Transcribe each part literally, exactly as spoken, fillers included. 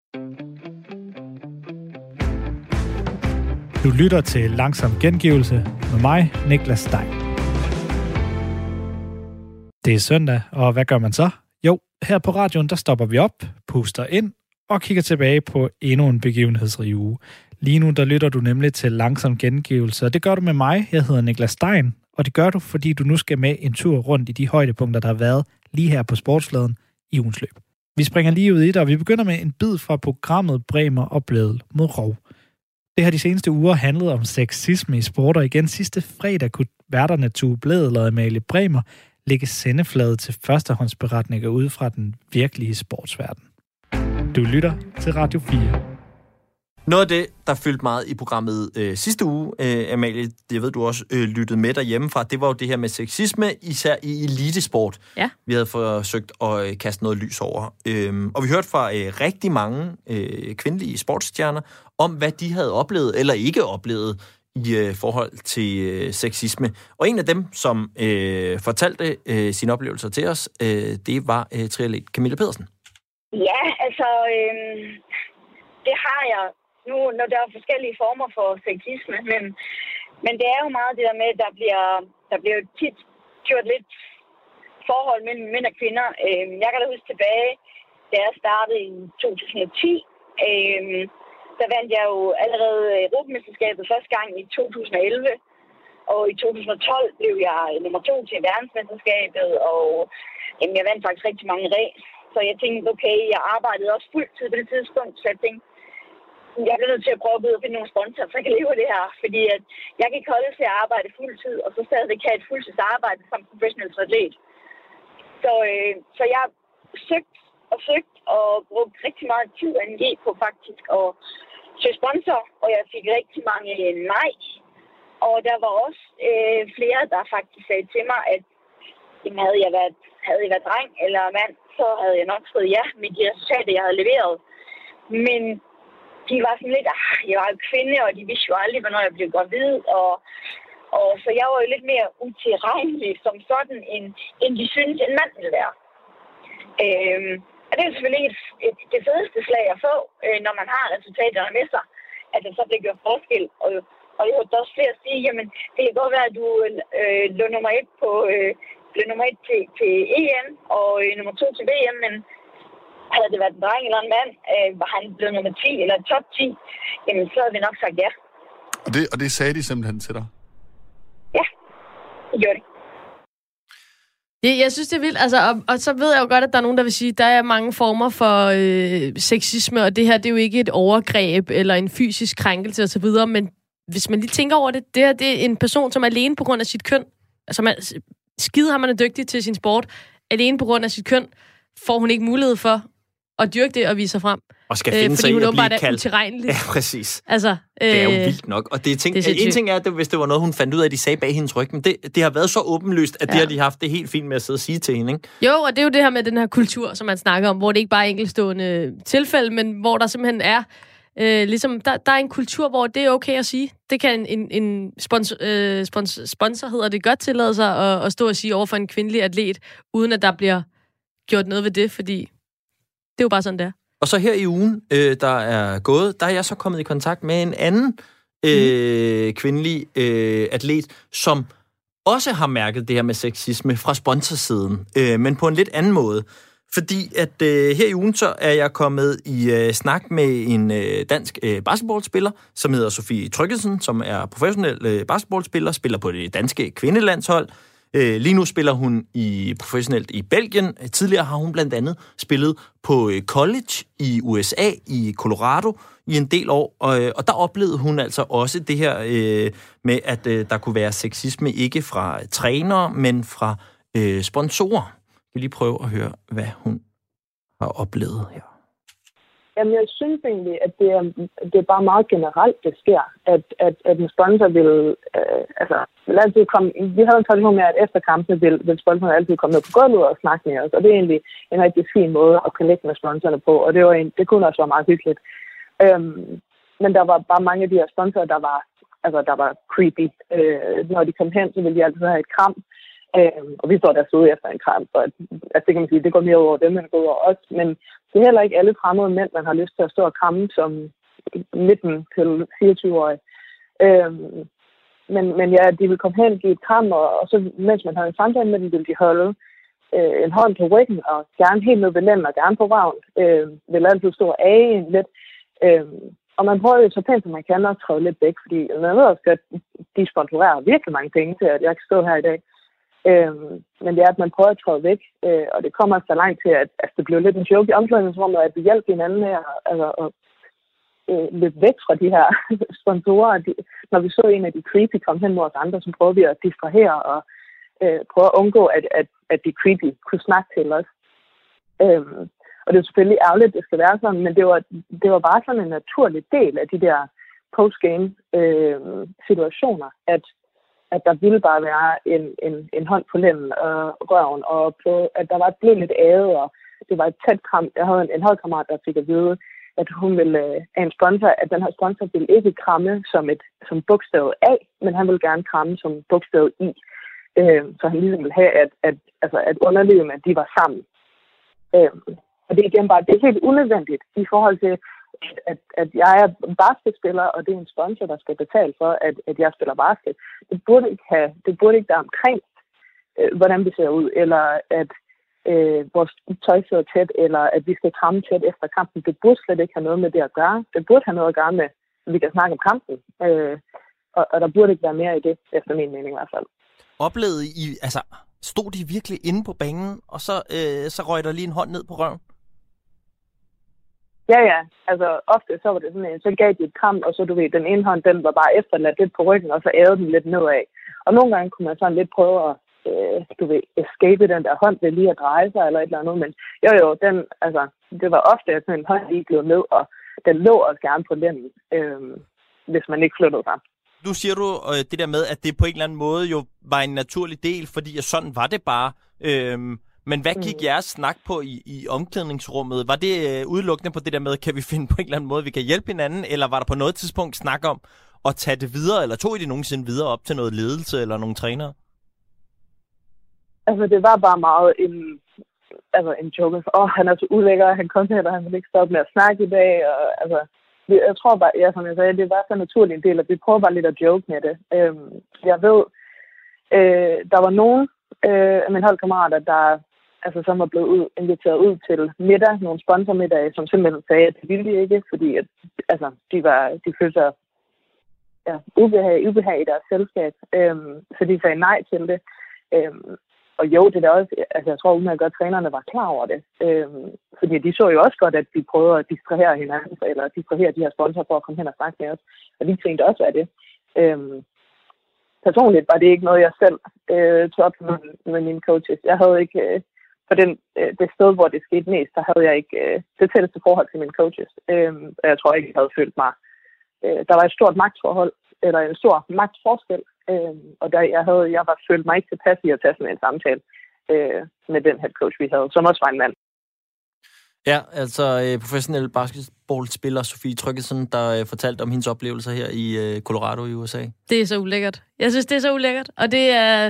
Du lytter til Langsom Gengivelse med mig, Niklas Stein. Det er søndag, og hvad gør man så? Jo, her på radioen, der stopper vi op, puster ind og kigger tilbage på endnu en begivenhedsrig uge. Lige nu, der lytter du nemlig til Langsom Gengivelse, og det gør du med mig. Jeg hedder Niklas Stein, og det gør du, fordi du nu skal med en tur rundt i de højdepunkter, der har været lige her på sportsfladen i ugens løb. Vi springer lige ud i det, og vi begynder med en bid fra programmet Bremer og Blædel mod Rov. Det har de seneste uger handlet om sexisme i sport, og igen sidste fredag kunne værterne Tue Blædel og Amalie Bremer lægge sendeflade til førstehåndsberetninger ud fra den virkelige sportsverden. Du lytter til Radio fire. Noget af det, der fyldte meget i programmet øh, sidste uge, øh, Amalie, det ved du også øh, lyttede med derhjemmefra, det var jo det her med sexisme, især i elitesport. Ja. Vi havde forsøgt at øh, kaste noget lys over. Øhm, og vi hørte fra øh, rigtig mange øh, kvindelige sportsstjerner om, hvad de havde oplevet eller ikke oplevet i øh, forhold til øh, sexisme. Og en af dem, som øh, fortalte øh, sine oplevelser til os, øh, det var øh, triatlet Camilla Pedersen. Ja, altså, øh, det har jeg nu, når der er forskellige former for sexisme, men, men det er jo meget det der med, at der bliver, der bliver tit gjort lidt forhold mellem mænd og kvinder. Øh, jeg kan da huske tilbage, da jeg startede i to tusind og ti, øh, der vandt jeg jo allerede Europamesterskabet første gang i to tusind og elleve, og i to tusind og tolv blev jeg nummer to til verdensmesterskabet, og jamen, jeg vandt faktisk rigtig mange race. Så jeg tænkte, okay, jeg arbejdede også fuldtid på det tidspunkt, så jeg tænkte, jeg bliver nødt til at prøve at ud og finde nogle sponsorer, så jeg kan leve af det her. Fordi at jeg kan ikke holde til at arbejde fuldtid, og så stadigvæk have et fuldtidsarbejde som professionel atlet. Så, øh, så jeg har søgt og søgt og brugt rigtig meget tid og energi på faktisk at søge sponsor, og jeg fik rigtig mange nej. Og der var også øh, flere, der faktisk sagde til mig, at jamen, havde jeg været, havde jeg været dreng eller mand, så havde jeg nok fået ja med de resultater, jeg havde leveret. Men de var sådan lidt, ah, jeg var jo kvinde, og de vidste jo aldrig, hvornår jeg blev gravid, og, og så jeg var jo lidt mere utilregnelig som sådan, end, end de synes, en mand ville være. Øhm, og det er selvfølgelig et, et, det fedeste slag at få, øh, når man har resultaterne med sig, at det så bliver gjort forskel. Og, og jeg hørte også flere sige, jamen det kan godt være, at du øh, lå nummer et på øh, blev nummer et til, til E M og øh, nummer to til V M, men havde det været en dreng eller en mand, øh, var han blevet nummer ti eller top ti, jamen så havde vi nok sagt ja. Og det, og det sagde de simpelthen til dig? Ja, det gjorde det. Det, jeg synes, det er vildt. Altså, og, og så ved jeg jo godt, at der er nogen, der vil sige, at der er mange former for øh, sexisme, og det her, det er jo ikke et overgreb eller en fysisk krænkelse osv., men hvis man lige tænker over det, det her, det er en person, som alene på grund af sit køn, altså man, skidehamrende dygtig til sin sport, alene på grund af sit køn, får hun ikke mulighed for at dyrke det og vise sig frem. Og skal finde øh, sig i at blive kaldt. Ja, præcis. Altså, øh, det er jo vildt nok. Og det er ting, det er en ting er, at hvis det var noget, hun fandt ud af, at de sagde bag hendes ryg, men det, det har været så åbenlyst, at ja. det har de haft det helt fint med at sidde og sige til hende, ikke? Jo, og det er jo det her med den her kultur, som man snakker om, hvor det ikke bare er enkeltstående tilfælde, men hvor der simpelthen er øh, ligesom, der, der er en kultur, hvor det er okay at sige. Det kan en, en, en sponsor, øh, sponsor, sponsor, hedder det, godt tillade sig at, at stå og sige over for en kvindelig atlet, uden at der bliver gjort noget ved det, fordi det er jo bare sådan, det er. Og så her i ugen, øh, der er gået, der er jeg så kommet i kontakt med en anden øh, mm. kvindelig øh, atlet, som også har mærket det her med sexisme fra sponsorsiden, øh, men på en lidt anden måde. Fordi at øh, her i ugen, så er jeg kommet i øh, snak med en øh, dansk øh, basketballspiller, som hedder Sofie Tryggesen, som er professionel øh, basketballspiller, spiller på det danske kvindelandshold. Øh, lige nu spiller hun i professionelt i Belgien. Tidligere har hun blandt andet spillet på øh, college i U S A, i Colorado, i en del år. Og, øh, og der oplevede hun altså også det her øh, med, at øh, der kunne være sexisme ikke fra trænere, men fra øh, sponsorer. Jeg vil lige prøve at høre, hvad hun har oplevet her. Jamen, jeg synes egentlig, at det er, det er bare meget generelt, det sker, at, at, at en sponsor vil, øh, altså, vil altid komme, vi havde en tradition med, at efter kampene vil, vil sponsoren altid komme ned på gulvet og snakke med os, og det er egentlig en rigtig fin måde at connecte med sponsorerne på, og det, var en, det kunne også være meget hyggeligt. Øhm, men der var bare mange af de her sponsorer, der var, altså, der var creepy. Øh, når de kom hen, så ville de altid have et kram. Øhm, og vi står der ude efter en kram, så at, at det kan man sige, det går mere over dem, end det går over os. Men det er heller ikke alle fremmede mænd, man har lyst til at stå og kramme som nitten til fireogtyve-årig. Øhm, men, men ja, de vil komme hen og give et kram, og, og så mens man har en samtale med dem, vil de holde øh, en hånd på ryggen, og gerne helt ned ved lænden, og gerne på ragn. Øh, vil altid stå og age lidt. Øh, og man prøver jo så pænt, som man kan, at træde lidt væk, fordi man ved også, at de sponsorerer virkelig mange penge til, at jeg kan stå her i dag. Øh, men det er, at man prøver at træde væk, øh, og det kommer så langt til, at altså, det bliver lidt en joke i omklædningsrummet, at vi hjælper hinanden med at, altså, at øh, løbe væk fra de her sponsorer. De, når vi så en af de creepy komme hen mod os andre, så prøver vi at distrahere og øh, prøve at undgå, at, at, at de creepy kunne snakke til os. Øh, og det er selvfølgelig ærgerligt, at det skal være sådan, men det var, det var bare sådan en naturlig del af de der postgame øh, situationer, at at der ville bare være en, en, en hånd på lænden og røven, og på, at der var et blev lidt æget, og det var et tæt kram. Jeg havde en, en holdkammerat, der fik at vide, at hun ville have en sponsor, at den her sponsor ville ikke kramme som et som bogstav A, men han ville gerne kramme som bogstav I. Øh, så han ligesom ville have, at, at, altså, at underlevende, at de var sammen. Øh, og det er igen bare, det er helt unødvendigt i forhold til, At, at jeg er basketspiller, og det er en sponsor, der skal betale for, at, at jeg spiller basket. Det burde ikke have, det burde ikke være omkring, øh, hvordan vi ser ud, eller at øh, vores tøj sidder tæt, eller at vi skal kramme tæt efter kampen. Det burde slet ikke have noget med det at gøre. Det burde have noget at gøre med, at vi kan snakke om kampen. Øh, og, og der burde ikke være mere i det, efter min mening i hvert fald. Oplevede I, altså, stod de virkelig inde på banen, og så, øh, så røg der lige en hånd ned på røven? Ja, ja. Altså, ofte så var det sådan en, så gav de et kram, og så, du ved, den ene hånd, den var bare efterladt lidt på ryggen, og så ærede den lidt nedad. Og nogle gange kunne man sådan lidt prøve at, øh, du ved, escape den der hånd ved lige at dreje sig, eller et eller andet. Men jo, jo, den, altså, det var ofte, at sådan en hånd lige gled ned, og den lå også gerne på lænden, øh, hvis man ikke flyttede sig. Nu siger du øh, det der med, at det på en eller anden måde jo var en naturlig del, fordi sådan var det bare. Øh, Men hvad gik mm. jeres snak på i, i omklædningsrummet? Var det øh, udelukkende på det der med, kan vi finde på en eller anden måde, vi kan hjælpe hinanden? Eller var der på noget tidspunkt snak om at tage det videre? Eller tog I det nogensinde videre op til noget ledelse eller nogle trænere? Altså, det var bare meget en, altså, en joke. Åh, oh, han er så ulækker, han kom her, og han vil ikke stoppe med at snakke i dag. Og, altså, jeg tror bare, ja, som jeg sagde, det var så naturligt en del, at vi prøver bare lidt at joke med det. Øhm, jeg ved, øh, der var nogen øh, af mine holdkammerater, der altså, som var blevet ud, inviteret ud til middag, nogle sponsormiddage, som simpelthen sagde, at det ville de ikke, fordi at, altså, de, var, de følte sig ja, ubehag, ubehag i deres selskab, øhm, så de sagde nej til det. Øhm, og jo, det er også, altså jeg tror umiddelbart godt, at trænerne var klar over det, øhm, fordi de så jo også godt, at de prøvede at distrahere hinanden, eller distrahere de her sponsorer for at komme hen og snakke med os, og de tænkte også af det. Øhm, personligt var det ikke noget, jeg selv øh, tog op med, med mine coaches. Jeg havde ikke... Øh, På den, det sted, hvor det skete mest, så havde jeg ikke øh, det tætteste forhold til mine coaches. Øhm, jeg tror ikke, jeg havde følt mig. Øh, der var et stort magtforhold, eller en stor magtforskel, øh, og der, jeg, havde, jeg var følt mig ikke tilpas i at tage sådan en samtale øh, med den head coach, vi havde, som også var en mand. Ja, altså øh, professionel basketballspiller Sofie Tryggesen, der øh, fortalte om hendes oplevelser her i øh, Colorado i U S A. Det er så ulækkert. Jeg synes, det er så ulækkert, og det er...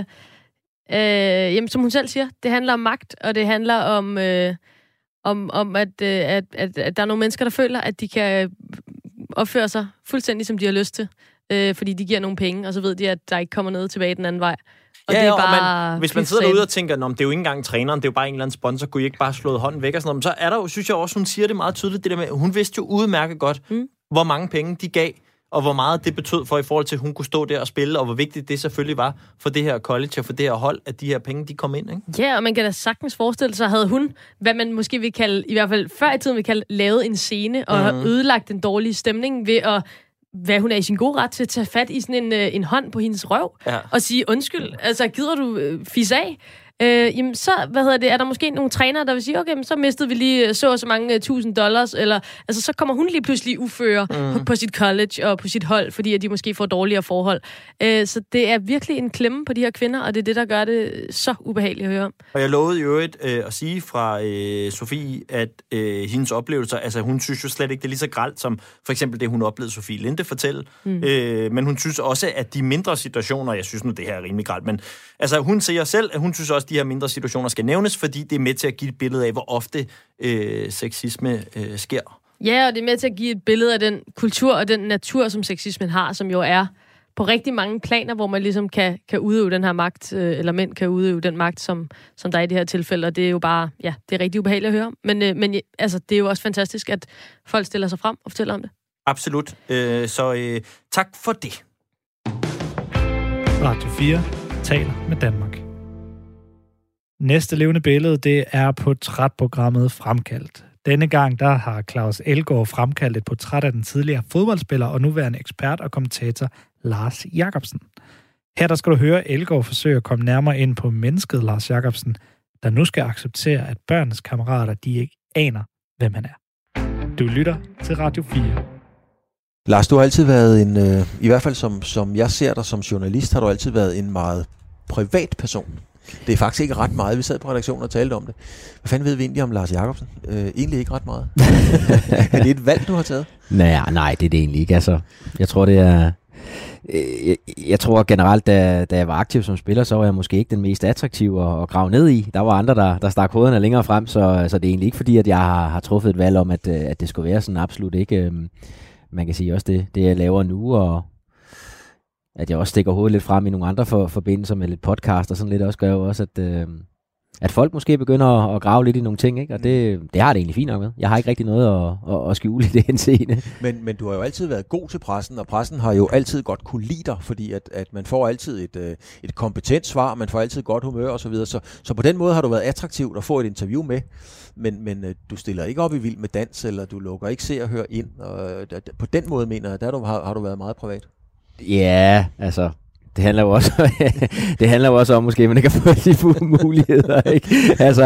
Øh, jamen, som hun selv siger, det handler om magt, og det handler om, øh, om, om at, øh, at, at, at der er nogle mennesker, der føler, at de kan opføre sig fuldstændig, som de har lyst til, øh, fordi de giver nogle penge, og så ved de, at der ikke kommer noget tilbage den anden vej. Og ja, det er ja, bare man, hvis man sidder derude og tænker, Nå, det er jo ikke engang træneren, det er jo bare en eller anden sponsor, kunne I ikke bare slået hånden væk og sådan noget, men så er der jo, synes jeg også, hun siger det meget tydeligt, det der med, hun vidste jo udmærket godt, mm. hvor mange penge de gav, og hvor meget det betød for i forhold til, at hun kunne stå der og spille, og hvor vigtigt det selvfølgelig var for det her college og for det her hold, at de her penge, de kom ind, ikke? Ja, og man kan da sagtens forestille sig, havde hun, hvad man måske vil kalde, i hvert fald før i tiden vil kalde, lavet en scene, og mm-hmm. har ødelagt den dårlige stemning ved at, hvad hun er i sin gode ret til at tage fat i sådan en, en hånd på hendes røv, ja. Og sige undskyld, altså gider du øh, fisse af? øh, jamen så, hvad hedder det, er der måske nogle trænere, der vil sige, okay, men så mistede vi lige så og så mange uh, tusind dollars, eller altså så kommer hun lige pludselig uføre mm. på, på sit college og på sit hold, fordi at de måske får dårligere forhold. Øh, så det er virkelig en klemme på de her kvinder, og det er det, der gør det så ubehageligt at høre om. Og jeg lovede jo et, øh, at sige fra øh, Sofie, at øh, hendes oplevelser, altså hun synes jo slet ikke, det er lige så grelt, som for eksempel det, hun oplevede Sofie Linde fortælle. Mm. Øh, men hun synes også, at de mindre situationer, jeg synes nu, det her er rimelig grelt, men altså hun siger selv, at hun synes også, at de her mindre situationer skal nævnes, fordi det er med til at give et billede af, hvor ofte øh, sexisme øh, sker. Ja, og det er med til at give et billede af den kultur og den natur, som sexismen har, som jo er på rigtig mange planer, hvor man ligesom kan, kan udøve den her magt, øh, eller mænd kan udøve den magt, som, som der er i det her tilfælde, og det er jo bare, ja, det er rigtig ubehageligt at høre om. Men, øh, men altså, det er jo også fantastisk, at folk stiller sig frem og fortæller om det. Absolut. Øh, så øh, tak for det. Radio fire taler med Danmark. Næste levende billede, det er portrætprogrammet Fremkaldt. Denne gang, der har Claus Elgaard fremkaldt et portræt af den tidligere fodboldspiller og nuværende ekspert og kommentator Lars Jacobsen. Her der skal du høre Elgaard forsøge at komme nærmere ind på mennesket Lars Jacobsen, der nu skal acceptere, at børnenes kammerater, de ikke aner, hvem han er. Du lytter til Radio fire. Lars, du har altid været en, øh, i hvert fald som, som jeg ser dig som journalist, har du altid været en meget privat person. Det er faktisk ikke ret meget. Vi sad på redaktionen og talte om det. Hvad fanden ved vi egentlig om Lars Jacobsen? Øh, egentlig ikke ret meget. Er det et valg, du har taget? Nej, nej, det er det egentlig ikke. Altså, jeg tror, det er... Jeg, jeg tror generelt, da, da jeg var aktiv som spiller, så var jeg måske ikke den mest attraktive at, at grave ned i. Der var andre, der, der stak hovederne længere frem, så, så det er egentlig ikke fordi, at jeg har, har truffet et valg om, at, at det skulle være sådan absolut ikke. Man kan sige også det, det jeg laver nu, og at jeg også stikker hovedet lidt frem i nogle andre for, forbindelser med lidt podcast og sådan lidt, også gør jo også, at, øh, at folk måske begynder at, at grave lidt i nogle ting, ikke? Og det, det har det egentlig fint nok med. Jeg har ikke rigtig noget at, at, at skjule i det henseende. Men, men du har jo altid været god til pressen, og pressen har jo altid godt kunne lide dig, fordi at, at man får altid et, et kompetent svar, man får altid godt humør og så videre. Så, så på den måde har du været attraktivt at få et interview med, men, men du stiller ikke op i Vild med Dans, eller du lukker ikke se og høre ind. Og på den måde, mener jeg, der har, har du været meget privat. Ja, altså, det handler jo også, det handler jo også om, måske man ikke har fået de muligheder, ikke? Altså,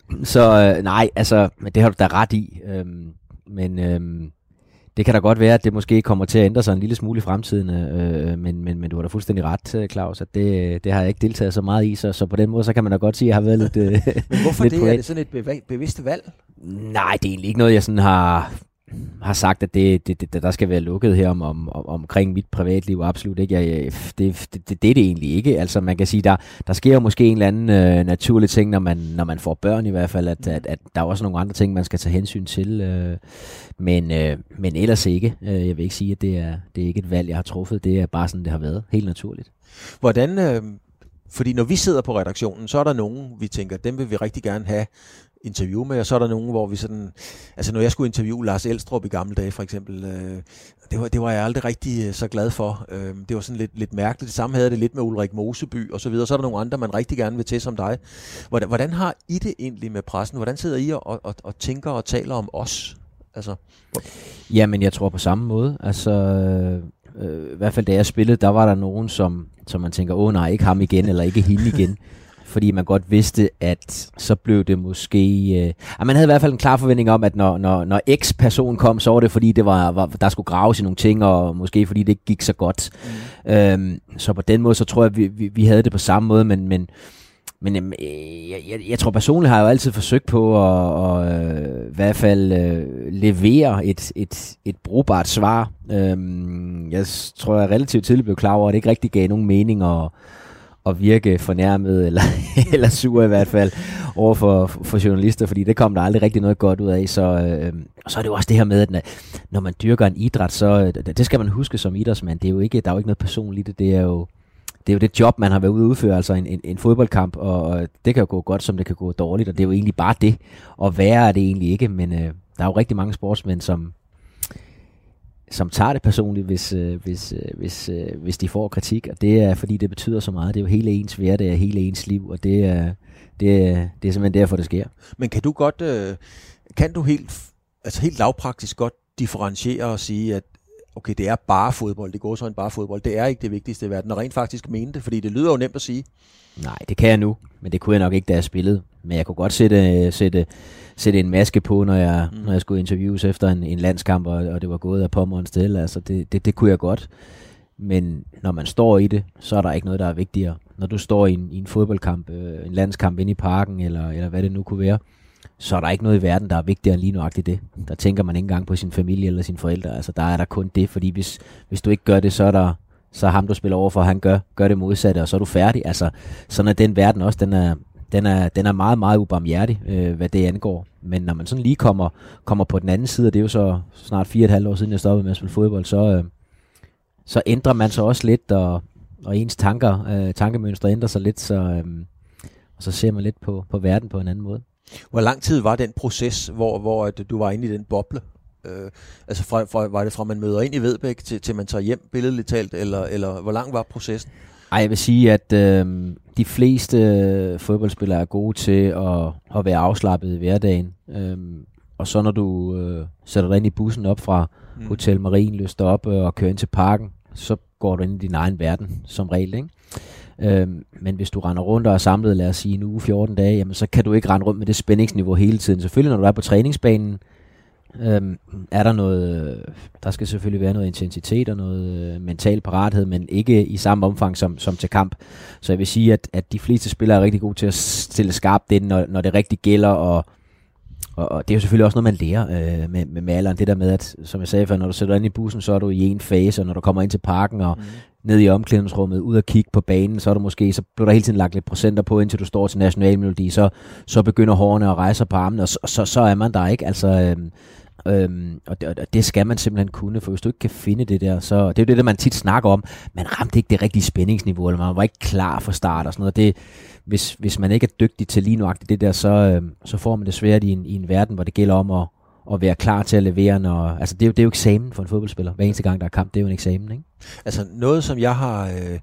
så nej, altså, det har du da ret i, øhm, men øhm, det kan da godt være, at det måske kommer til at ændre sig en lille smule i fremtiden, øh, men, men, men du har da fuldstændig ret, Claus, at det, det har jeg ikke deltaget så meget i, så, så på den måde, så kan man da godt sige, at jeg har været lidt øh, Men hvorfor lidt det? privat. Er det sådan et bev- bevidst valg? Nej, det er egentlig ikke noget, jeg sådan har... har sagt, at det, det, det, der skal være lukket her om, om, om, omkring mit privatliv. Absolut ikke. Jeg, det, det, det, det er det egentlig ikke. Altså man kan sige, der, der sker jo måske en eller anden øh, naturlig ting, når man, når man får børn i hvert fald, at, at, at der er også nogle andre ting, man skal tage hensyn til. Øh, men, øh, men ellers ikke. Øh, jeg vil ikke sige, at det er, det er ikke et valg, jeg har truffet. Det er bare sådan, det har været. Helt naturligt. Hvordan... Øh, fordi når vi sidder på redaktionen, så er der nogen, vi tænker, dem vil vi rigtig gerne have interview med, og så er der nogen, hvor vi sådan... Altså, når jeg skulle interviewe Lars Elstrup i gamle dage, for eksempel, øh, det, var, det var jeg aldrig rigtig øh, så glad for. Øh, det var sådan lidt, lidt mærkeligt. Det samme havde det lidt med Ulrik Moseby, og så videre. Så er der nogle andre, man rigtig gerne vil til som dig. Hvordan, hvordan har I det egentlig med pressen? Hvordan sidder I og, og, og tænker og taler om os? Altså... Hvor... Jamen, jeg tror på samme måde. Altså... Øh, I hvert fald da jeg spillede, der var der nogen, som, som man tænker, åh nej, ikke ham igen, eller ikke hende igen. Fordi man godt vidste, at så blev det måske... Øh, man havde i hvert fald en klar forventning om, at når, når, når X-person kom, så var det fordi, det var, var, der skulle graves i nogle ting, og måske fordi det ikke gik så godt. Mm. Øhm, så på den måde, så tror jeg, vi, vi, vi havde det på samme måde, men... men Men øh, jeg, jeg, jeg tror personligt har jeg jo altid forsøgt på at, at øh, i hvert fald øh, levere et, et, et brugbart svar. Øhm, jeg tror, jeg relativt tidligt blev klar over, at det ikke rigtig gav nogen mening at, at virke fornærmet eller, eller sur i hvert fald over for, for journalister, fordi det kom der aldrig rigtig noget godt ud af. Så, øh, og så er det jo også det her med, at når man dyrker en idræt, så det skal man huske som idrætsmand. Det er jo ikke, der er jo ikke noget personligt i det. Det er jo Det er jo det job, man har været ude at udføre, altså en, en, en fodboldkamp, og det kan jo gå godt, som det kan gå dårligt, og det er jo egentlig bare det, og værre er det egentlig ikke, men øh, der er jo rigtig mange sportsmænd, som, som tager det personligt, hvis, øh, hvis, øh, hvis, øh, hvis de får kritik, og det er, fordi det betyder så meget. Det er jo hele ens hverdag og hele ens liv, og det er, det er, det er simpelthen derfor, det sker. Men kan du godt, øh, kan du helt, altså helt lavpraktisk godt differentiere og sige, at okay, det er bare fodbold, det går så en bare fodbold, det er ikke det vigtigste i verden, og rent faktisk mene det, fordi det lyder jo nemt at sige. Nej, det kan jeg nu, men det kunne jeg nok ikke, da jeg spillede. Men jeg kunne godt sætte, sætte, sætte en maske på, når jeg, mm. når jeg skulle interviews efter en, en landskamp, og, og det var gået af Pommerens til. Altså, det, det, det kunne jeg godt. Men når man står i det, så er der ikke noget, der er vigtigere. Når du står i en, i en fodboldkamp, øh, en landskamp inde i parken, eller, eller hvad det nu kunne være, så er der ikke noget i verden, der er vigtigere end lige nøjagtigt det. Der tænker man ikke engang på sin familie eller sine forældre. Altså, der er der kun det, fordi hvis, hvis du ikke gør det, så er der så ham, du spiller over for, han gør, gør det modsatte, og så er du færdig. Altså, sådan er den verden også, den er, den er, den er meget, meget ubarmhjertig, øh, hvad det angår. Men når man sådan lige kommer, kommer på den anden side, og det er jo så snart fire og et halvt år siden, jeg stoppede med at spille fodbold, så, øh, så ændrer man sig også lidt, og, og ens tanker, øh, tankemønstre ændrer sig lidt, så, øh, og så ser man lidt på, på verden på en anden måde. Hvor lang tid var den proces, hvor, hvor at du var inde i den boble? Øh, altså fra, fra, var det fra man møder ind i Vedbæk til, til man tager hjem billedligt talt, eller, eller hvor lang var processen? Ej, jeg vil sige, at øh, de fleste fodboldspillere er gode til at, at være afslappet i hverdagen. Øh, og så når du øh, sætter dig ind i bussen op fra mm. Hotel Marienlyst op øh, og kører ind til parken, så går du ind i din egen verden som regel, ikke? Øh, men hvis du render rundt og er samlet, lad os sige en uge, fjorten dage, jamen, så kan du ikke rende rundt med det spændingsniveau hele tiden. Selvfølgelig, når du er på træningsbanen, Øhm, er der noget, der skal selvfølgelig være noget intensitet og noget øh, mental parathed, men ikke i samme omfang som, som til kamp. Så jeg vil sige, at, at de fleste spillere er rigtig gode til at stille skarpt ind, når, når det rigtig gælder, og, og, og det er jo selvfølgelig også noget, man lærer øh, med, med, med alderen. Det der med, at som jeg sagde før, når du sætter ind i bussen, så er du i en fase, og når du kommer ind til parken og mm. ned i omklædningsrummet, ud og kigge på banen, så er du måske, så bliver der hele tiden lagt lidt procenter på, indtil du står til nationalmelodi, så, så begynder hårene at rejse på armene, og så, så, så er man der, ikke? Altså, øhm, øhm, og, det, og det skal man simpelthen kunne, for hvis du ikke kan finde det der, så det er jo det, der man tit snakker om, man ramte ikke det rigtige spændingsniveau, eller man var ikke klar for start og sådan noget. Det, hvis, hvis man ikke er dygtig til lige nuagtigt det der, så, øhm, så får man det svært i en, i en verden, hvor det gælder om at og være klar til at levere, når, altså det er, jo, det er jo eksamen for en fodboldspiller. Hver eneste gang, der er kamp, det er jo en eksamen, ikke? Altså noget, som jeg har, øh,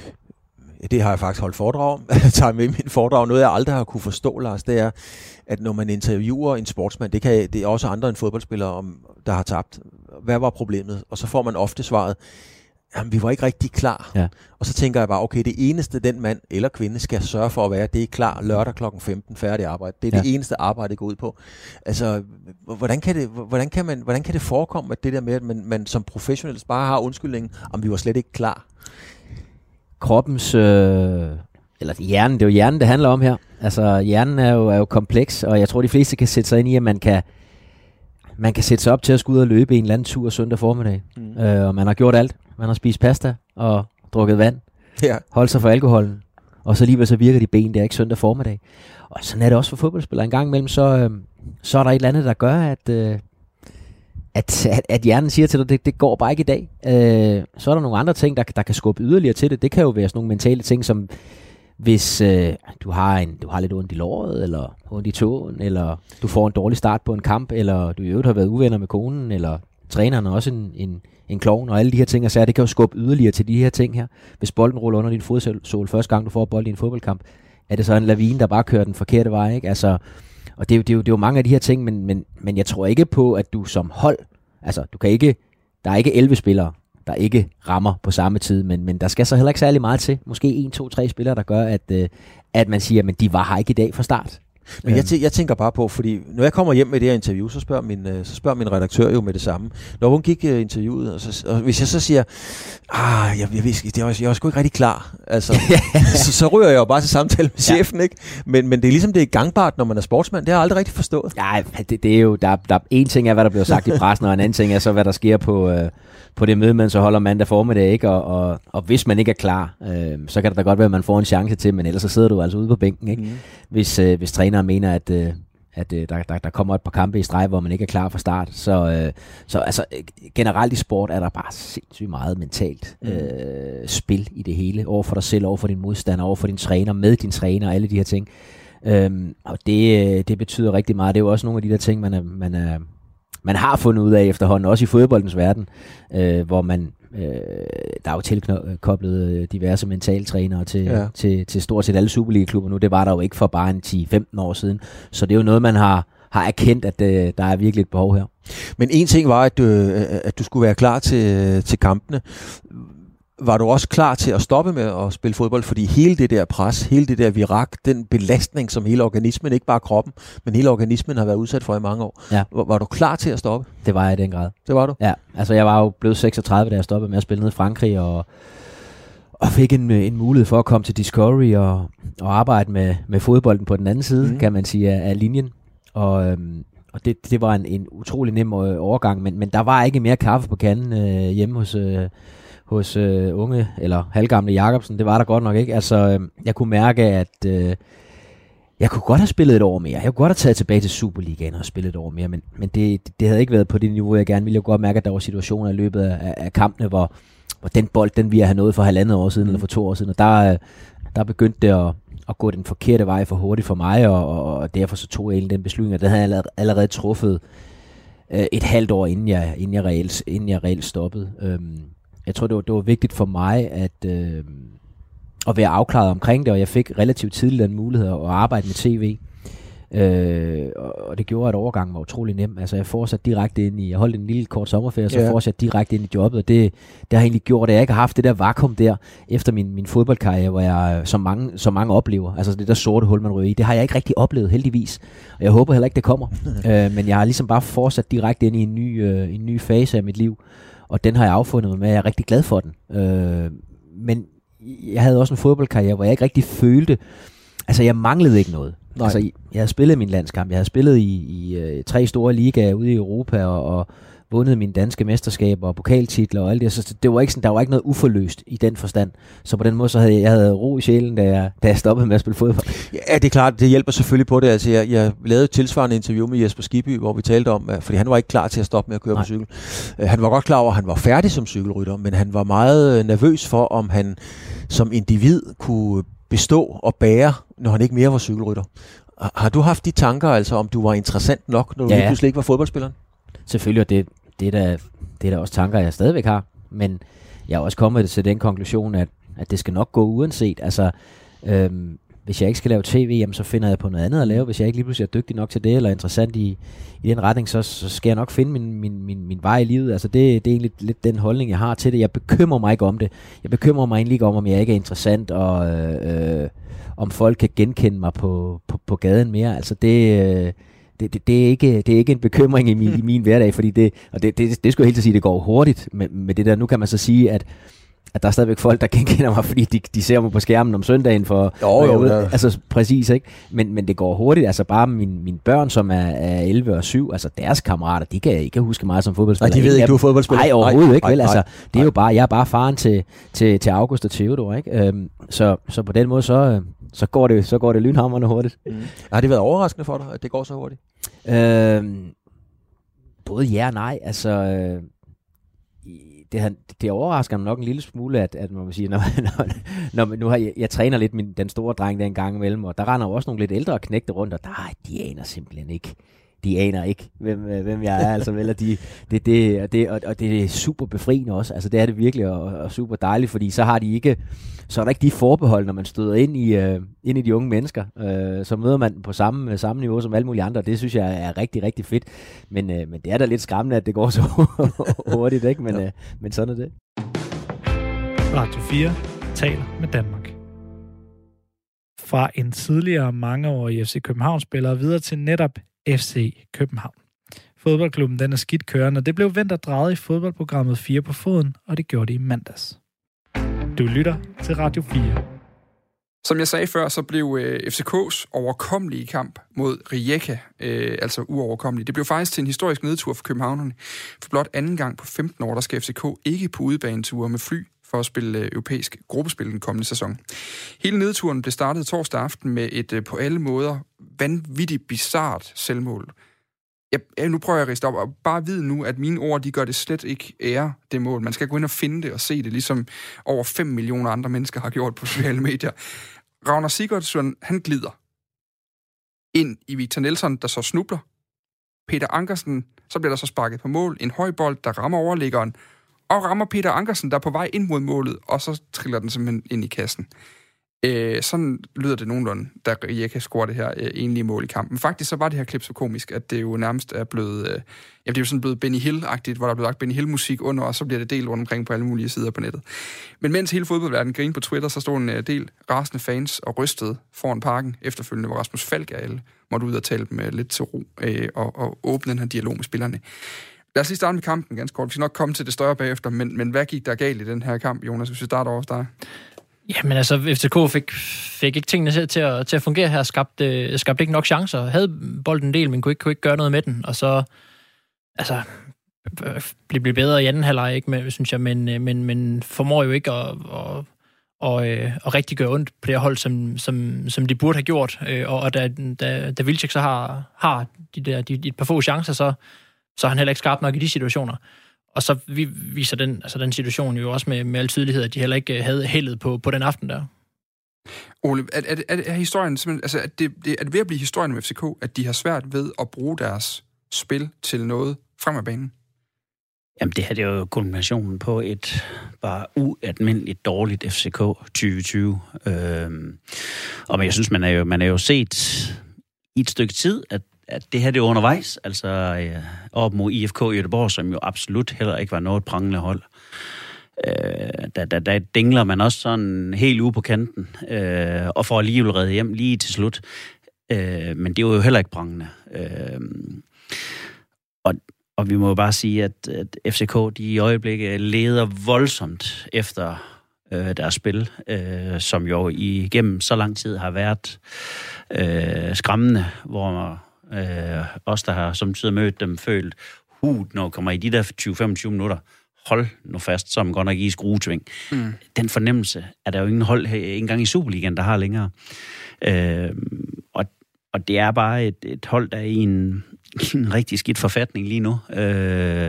det har jeg faktisk holdt foredrag om, tager med min foredrag, noget jeg aldrig har kunne forstå, Lars, det er, at når man interviewer en sportsmand, det, kan, det er også andre end fodboldspillere, om, der har tabt. Hvad var problemet? Og så får man ofte svaret, jamen, vi var ikke rigtig klar. Ja. Og så tænker jeg bare, okay, det eneste, den mand eller kvinde skal sørge for at være, det er klar lørdag klokken femten, færdig arbejde. Det er ja. det eneste arbejde, det går ud på. Altså, hvordan kan det, hvordan kan man, hvordan kan det forekomme, at det der med, at man, man som professionel bare har undskyldningen, om vi var slet ikke klar? Kroppens, øh, eller hjernen, det er jo hjernen, det handler om her. Altså, hjernen er jo, er jo kompleks, og jeg tror, de fleste kan sætte sig ind i, at man kan Man kan sætte sig op til at skulle ud og løbe en eller anden tur søndag formiddag. Mm. Øh, og man har gjort alt. Man har spist pasta og drukket vand. Ja. Holdt sig for alkoholen. Og så alligevel så virker de ben der ikke søndag formiddag. Og sådan er det også for fodboldspillere. En gang imellem, så, øh, så er der et eller andet, der gør, at, øh, at, at, at hjernen siger til dig, det, det går bare ikke i dag. Øh, så er der nogle andre ting, der, der kan skubbe yderligere til det. Det kan jo være sådan nogle mentale ting, som hvis øh, du, har en, du har lidt ondt i låret, eller ondt i tåen, eller du får en dårlig start på en kamp, eller du i øvrigt har været uvenner med konen, eller træneren er også en, en, en klovn, og alle de her ting, og så det kan jo skubbe yderligere til de her ting her. Hvis bolden ruller under din fodsål første gang, du får bold i en fodboldkamp, er det så en lavine, der bare kører den forkerte vej, ikke? Altså, og det er, jo, det, er jo, det er jo mange af de her ting, men, men, men jeg tror ikke på, at du som hold, altså du kan ikke, der er ikke elleve spillere, der ikke rammer på samme tid, men, men der skal så heller ikke særlig meget til. Måske en, to, tre spillere, der gør, at, øh, at man siger, at de var her ikke i dag fra start. Men jeg, tæ- jeg tænker bare på, fordi når jeg kommer hjem med det her interview, så spørger min, øh, så spørger min redaktør jo med det samme. Når hun gik øh, interviewet, og, så, og hvis jeg så siger, ah, jeg, jeg, jeg, jeg, var, jeg var sgu ikke rigtig klar, altså, så, så ryger jeg jo bare til samtale med chefen, ja. Ikke? Men, men det er ligesom, det er gangbart, når man er sportsmand. Det har jeg aldrig rigtig forstået. Ja, det, det er jo, der, der en ting er, hvad der bliver sagt i pressen, og en anden ting er så, hvad der sker på, øh, på det møde, man så holder mandag formiddag, ikke? Og, og, og hvis man ikke er klar, øh, så kan det da godt være, at man får en chance til, men ellers så sidder du altså ude på bænken, ikke? Mm. Hvis, øh, hvis træneren mener, at, øh, at øh, der, der, der kommer et par kampe i streg, hvor man ikke er klar fra start. Så, øh, så altså, generelt i sport er der bare sindssygt meget mentalt øh, spil i det hele. Over for dig selv, over for din modstander, over for din træner, med din træner og alle de her ting. Øhm, og det, det betyder rigtig meget. Det er jo også nogle af de der ting, man, er, man, er, man har fundet ud af efterhånden, også i fodboldens verden, øh, hvor man Øh, der er jo tilkoblet diverse mentaltrænere til, ja. til, til stort set alle Superliga-klubber nu. Det var der jo ikke for bare en ti femten år siden. Så det er jo noget, man har, har erkendt, at øh, der er virkelig et behov her. Men en ting var, at du, at du skulle være klar til, til kampene. Var du også klar til at stoppe med at spille fodbold? Fordi hele det der pres, hele det der virak, den belastning, som hele organismen, ikke bare kroppen, men hele organismen har været udsat for i mange år. Ja. Var, var du klar til at stoppe? Det var jeg i den grad. Det var du? Ja, altså jeg var jo blevet seksogtredive, da jeg stoppede med at spille ned i Frankrig, og, og fik en, en mulighed for at komme til Discovery og, og arbejde med, med fodbolden på den anden side, mm. kan man sige, af, af linjen. Og, øhm, og det, det var en, en utrolig nem overgang, men, men der var ikke mere kaffe på kanden øh, hjemme hos... Øh, hos øh, unge, eller halvgamle Jacobsen. Det var der godt nok ikke. Altså, øh, jeg kunne mærke, at øh, jeg kunne godt have spillet et år mere. Jeg kunne godt have taget tilbage til Superligaen og spillet et år mere, men, men det, det havde ikke været på det niveau, jeg gerne ville. Jeg kunne godt mærke, at der var situationer i løbet af, af kampene, hvor, hvor den bold, den vi have nået for halvandet år siden, mm. eller for to år siden, og der, der begyndte det at, at gå den forkerte vej for hurtigt for mig, og, og, og derfor så tog jeg egentlig den beslutning, og den havde jeg allerede, allerede truffet øh, et halvt år, inden jeg, inden jeg, reelt, inden jeg reelt stoppede. Øhm, Jeg tror, det var, det var vigtigt for mig at, øh, at være afklaret omkring det, og jeg fik relativt tidligt den mulighed at arbejde med tv. Øh, og det gjorde, at overgangen var utrolig nem. Altså, jeg fortsatte direkte ind i... Jeg holdt en lille kort sommerferie, så ja. fortsatte direkte ind i jobbet, og det, det har egentlig gjort, at jeg ikke har haft det der vakuum der, efter min, min fodboldkarriere, hvor jeg, som mange, som mange oplever, altså det der sorte hul, man ryger i, det har jeg ikke rigtig oplevet, heldigvis. Og jeg håber heller ikke, det kommer. øh, men jeg har ligesom bare fortsat direkte ind i en ny, øh, en ny fase af mit liv. Og den har jeg affundet mig med, og jeg er rigtig glad for den. Øh, men jeg havde også en fodboldkarriere, hvor jeg ikke rigtig følte... Altså, jeg manglede ikke noget. Nej. Altså, jeg havde spillet min landskamp. Jeg havde spillet i, i uh, tre store ligaer ude i Europa, og, og vundet mine danske mesterskaber og pokaltitler og alt det. Så det var ikke sådan, der var ikke noget uforløst i den forstand. Så på den måde, så havde jeg, jeg havde ro i sjælen, da jeg, da jeg stoppede med at spille fodbold. Ja, det er klart. Det hjælper selvfølgelig på det. Altså, jeg, jeg lavede et tilsvarende interview med Jesper Skibby, hvor vi talte om, fordi han var ikke klar til at stoppe med at køre Nej. på cykel. Uh, han var godt klar over, at han var færdig som cykelrytter, men han var meget nervøs for, om han som individ kunne bestå og bære, når han ikke mere var cykelrytter. Har du haft de tanker, altså om du var interessant nok, når du ja, ja. pludselig ikke var fodboldspilleren? Selvfølgelig, og det, det, er da, det er da også tanker, jeg stadigvæk har. Men jeg er også kommet til den konklusion, at, at det skal nok gå uanset. Altså, øhm, hvis jeg ikke skal lave tv, jamen, så finder jeg på noget andet at lave. Hvis jeg ikke lige pludselig er dygtig nok til det, eller interessant i, i den retning, så, så skal jeg nok finde min, min, min, min vej i livet. Altså, det, det er egentlig lidt den holdning, jeg har til det. Jeg bekymrer mig ikke om det. Jeg bekymrer mig egentlig ikke om, om jeg ikke er interessant, og øh, om folk kan genkende mig på, på, på gaden mere. Altså, det... Øh, Det, det, det, er ikke, det er ikke en bekymring i min, i min hverdag, fordi det, og det, det, det skulle jeg helt sige, det går hurtigt med, med det der. Nu kan man så sige, at, at der er stadigvæk folk, der genkender mig, fordi de, de ser mig på skærmen om søndagen for... Jo, jo, ja. Altså, præcis, ikke? Men, men det går hurtigt. Altså, bare mine, mine børn, som er, er elleve og syv, altså deres kammerater, de kan ikke huske mig som fodboldspiller. Nej, de ved ikke, du er fodboldspiller. Nej, overhovedet nej, ikke, vel? Nej, altså, det er jo bare, jeg er bare faren til, til, til August og Theodor, ikke? Øhm, så, så på den måde, så... Så går det, så går det lynhamrende hurtigt. Mm. Har det været overraskende for dig, at det går så hurtigt? Øhm, både ja og nej. Altså, øh, det, har, det overrasker mig nok en lille smule, at, at man sige, når, når, når nu har jeg, jeg træner lidt min, den store dreng der en gang imellem, og der render jo også nogle lidt ældre knægte rundt, og der, de aner simpelthen ikke. De aner ikke, hvem, hvem jeg er, altså, eller de, det, det, det, og, og det er super befriende også, altså det er det virkelig, og, og super dejligt, fordi så har de ikke, så er der ikke de forbehold, når man støder ind i, uh, ind i de unge mennesker, uh, så møder man på samme, samme niveau som alle mulige andre, og det synes jeg er rigtig, rigtig fedt, men, uh, men det er da lidt skræmmende, at det går så hurtigt, ikke? Men, uh, men sådan er det. Radio fire taler med Danmark. Fra en tidligere mangeårig F C København-spiller videre til netop F C København. Fodboldklubben den er skidt kørende, og det blev vendt og drejet i fodboldprogrammet fire på foden, og det gjorde det i mandags. Du lytter til Radio fire. Som jeg sagde før, så blev øh, F C K's overkommelige kamp mod Rijeka, øh, altså uoverkommelig. Det blev faktisk til en historisk nedtur for københavnerne. For blot anden gang på femten år, der skal F C K ikke på udebaneture med fly for at spille øh, europæisk gruppespil den kommende sæson. Hele nedturen blev startet torsdag aften med et øh, på alle måder vanvittigt bizart selvmål. Jeg, jeg, nu prøver jeg at riste op, og bare vide nu, at mine ord, de gør det slet ikke ære, det mål. Man skal gå ind og finde det og se det, ligesom over fem millioner andre mennesker har gjort på sociale medier. Ragnar Sigurdsson, han glider ind i Victor Nelsson, der så snubler. Peter Ankersen, så bliver der så sparket på mål. En høj bold, der rammer overliggeren, og rammer Peter Ankersen, der er på vej ind mod målet, og så triller den simpelthen ind i kassen. Øh, sådan lyder det nogenlunde, da Rijeka scorer det her øh, enlige mål i kampen. Faktisk så var det her klip så komisk, at det jo nærmest er blevet, øh, ja, det er jo sådan blevet Benny Hill-agtigt, hvor der er blevet lagt Benny Hill-musik under, og så bliver det delt rundt omkring på alle mulige sider på nettet. Men mens hele fodboldverdenen grinede på Twitter, så stod en øh, del rasende fans og rystede foran parken efterfølgende, hvor Rasmus Falk og alle måtte ud og tale dem øh, lidt til ro øh, og, og åbne den her dialog med spillerne. Lad os lige starte med kampen ganske kort. Vi skal nok komme til det større bagefter, men, men hvad gik der galt i den her kamp, Jonas, hvis vi starter over hos dig? Jamen altså, F C K fik, fik ikke tingene til, til, at, til at fungere her, skabte, skabte ikke nok chancer, havde bolden en del, men kunne ikke, kunne ikke gøre noget med den, og så altså, blev, blev bedre i anden halvleg, ikke, med, synes jeg, men, men, men formår jo ikke at, at, at, at rigtig gøre ondt på det hold, som, som, som de burde have gjort, og, og da, da, da Wilczek så har, har de der, de, de et par få chancer, så, så er han heller ikke skarp nok i de situationer. Og så viser den, altså den situation jo også med, med al tydelighed, at de heller ikke havde heldet på, på den aften der. Ole, er, er, er, er historien simpelthen, altså er det, er det ved at blive historien med F C K, at de har svært ved at bruge deres spil til noget frem af banen? Jamen det her det er jo kulminationen på et bare ualmindeligt dårligt F C K tyve tyve. Øhm, og jeg synes, man er jo, man er jo set i et stykke tid, at at det her det er undervejs, altså øh, op mod I F K i Göteborg, som jo absolut heller ikke var noget prangende hold. Øh, der, der, der dingler man også sådan helt ude på kanten, øh, og får alligevel reddet hjem lige til slut. Øh, men det var jo heller ikke prangende. Øh, og, og vi må jo bare sige, at, at F C K de i øjeblikket leder voldsomt efter øh, deres spil, øh, som jo igennem så lang tid har været øh, skræmmende, hvor Øh, os, der har som tid mødt dem, følt hud, når kommer i de der tyve til femogtyve minutter. Hold nu fast, så man godt nok i skruetving. Mm. Den fornemmelse er der jo ingen hold her, ikke engang i Superligaen, der har længere. Øh, og, og det er bare et, et hold, der er i en, en rigtig skidt forfatning lige nu. Øh,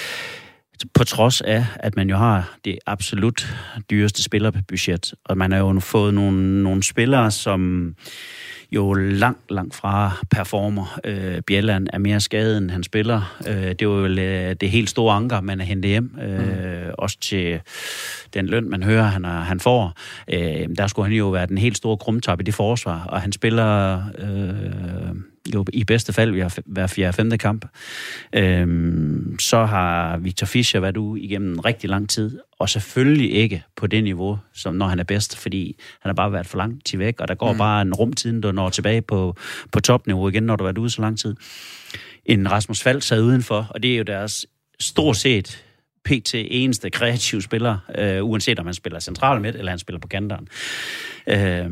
på trods af, at man jo har det absolut dyreste spillerbudget. Og man har jo fået nogle, nogle spillere, som jo langt, langt fra performer. Øh, Bjelland er mere skadet, end han spiller. Øh, det er jo øh, det helt store anker, man er hentet hjem. Øh, mm. Også til den løn, man hører, han, er, han får. Øh, der skulle han jo være den helt store krumtap i det forsvar, og han spiller øh, jo i bedste fald hver fjerde femte kamp. Øh, så har Victor Fischer været ude igennem rigtig lang tid, og selvfølgelig ikke på det niveau, som når han er bedst, fordi han har bare været for lang tid væk, og der går mm. bare en rumtid, der når tilbage på, på topniveau igen, når du har været ude så lang tid. En Rasmus Falk sad udenfor, og det er jo deres stort set P T eneste kreative spiller, øh, uanset om han spiller central midt, eller han spiller på kanteren. Øh,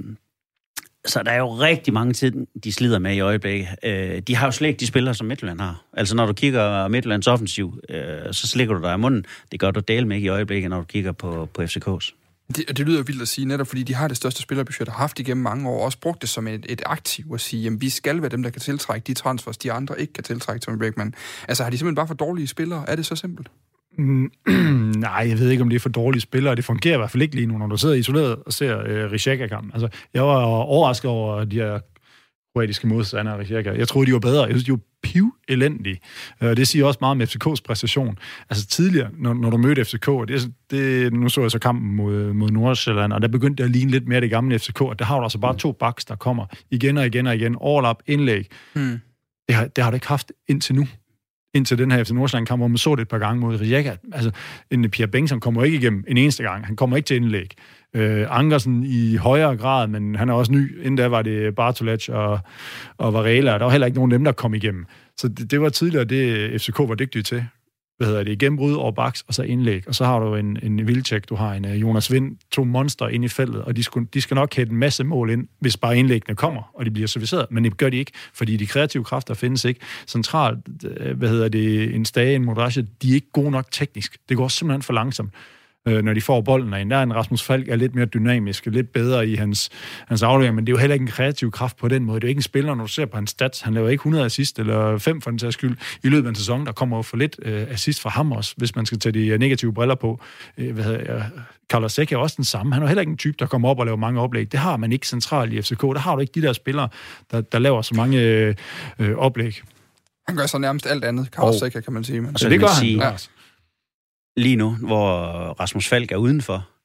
Så der er jo rigtig mange tid, de slider med i øjeblikket. Øh, de har jo slet ikke de spillere, som Midtjylland har. Altså, når du kigger Midtjyllands offensiv, øh, så slikker du dig i munden. Det gør du dele med ikke i øjeblikket, når du kigger på, på F C K's. Det, det lyder jo vildt at sige, netop fordi de har det største spillerbudget, der har haft igennem mange år, og også brugt det som et, et aktiv at sige, jamen vi skal være dem, der kan tiltrække de transfers, de andre ikke kan tiltrække, Tommy Bækman. Altså, har de simpelthen bare for dårlige spillere? Er det så simpelt? Mm, nej, jeg ved ikke, om det er for dårlige spillere. Det fungerer i hvert fald ikke lige nu, når du sidder isoleret og ser øh, Rijeka-kampen. Altså, jeg var overrasket over de her kroatiske modstandere af Rijeka. Jeg troede, de var bedre. Jeg synes, de var piv-elendige. Uh, det siger også meget om F C K's præstation. Altså tidligere, når, når du mødte F C K, det, det, nu så jeg så kampen mod, mod Nordsjælland, og der begyndte det at ligne lidt mere det gamle F C K, og der har du altså bare to backs, der kommer igen og igen og igen. Overlap, indlæg. Hmm. Det, har, det har du ikke haft indtil nu. Indtil den her F C Nordsjælland-kamp, hvor man så det et par gange mod Rijeka. Altså, en Pierre Bengtsson kommer ikke igennem en eneste gang. Han kommer ikke til indlæg. Øh, Ankersen i højere grad, men han er også ny. Inden da var det Bartolac og, og Varela, og der var heller ikke nogen af dem, der kom igennem. Så det, det var tidligere det, F C K var dygtige til. Hvad hedder det? Gennembrud over baks, og så indlæg. Og så har du en, en Wilczek, du har en uh, Jonas Vind, to monster ind i feltet, og de, skulle, de skal nok hætte en masse mål ind, hvis bare indlæggene kommer, og de bliver serviceret. Men det gør de ikke, fordi de kreative kræfter findes ikke. Centralt, hvad hedder det, en Stage, en Modrasje, de er ikke gode nok teknisk. Det går simpelthen for langsomt, når de får bolden ind. Der er en Rasmus Falk er lidt mere dynamisk, lidt bedre i hans, hans aflevering, men det er jo heller ikke en kreativ kraft på den måde. Det er jo ikke en spiller, når du ser på hans stats. Han laver ikke hundrede assist, eller fem for den sags skyld, i løbet af en sæson. Der kommer jo for lidt uh, assist fra ham også, hvis man skal tage de negative briller på. Uh, hvad hedder jeg? Carlos Sæk er også den samme. Han er heller ikke en type, der kommer op og laver mange oplæg. Det har man ikke centralt i F C K. Der har du ikke de der spillere, der, der laver så mange uh, oplæg. Han gør så nærmest alt andet, Carlos Sæk, kan man sige. Men. Så det gør han. Sige, ja. Lige nu, hvor Rasmus Falk er udenfor,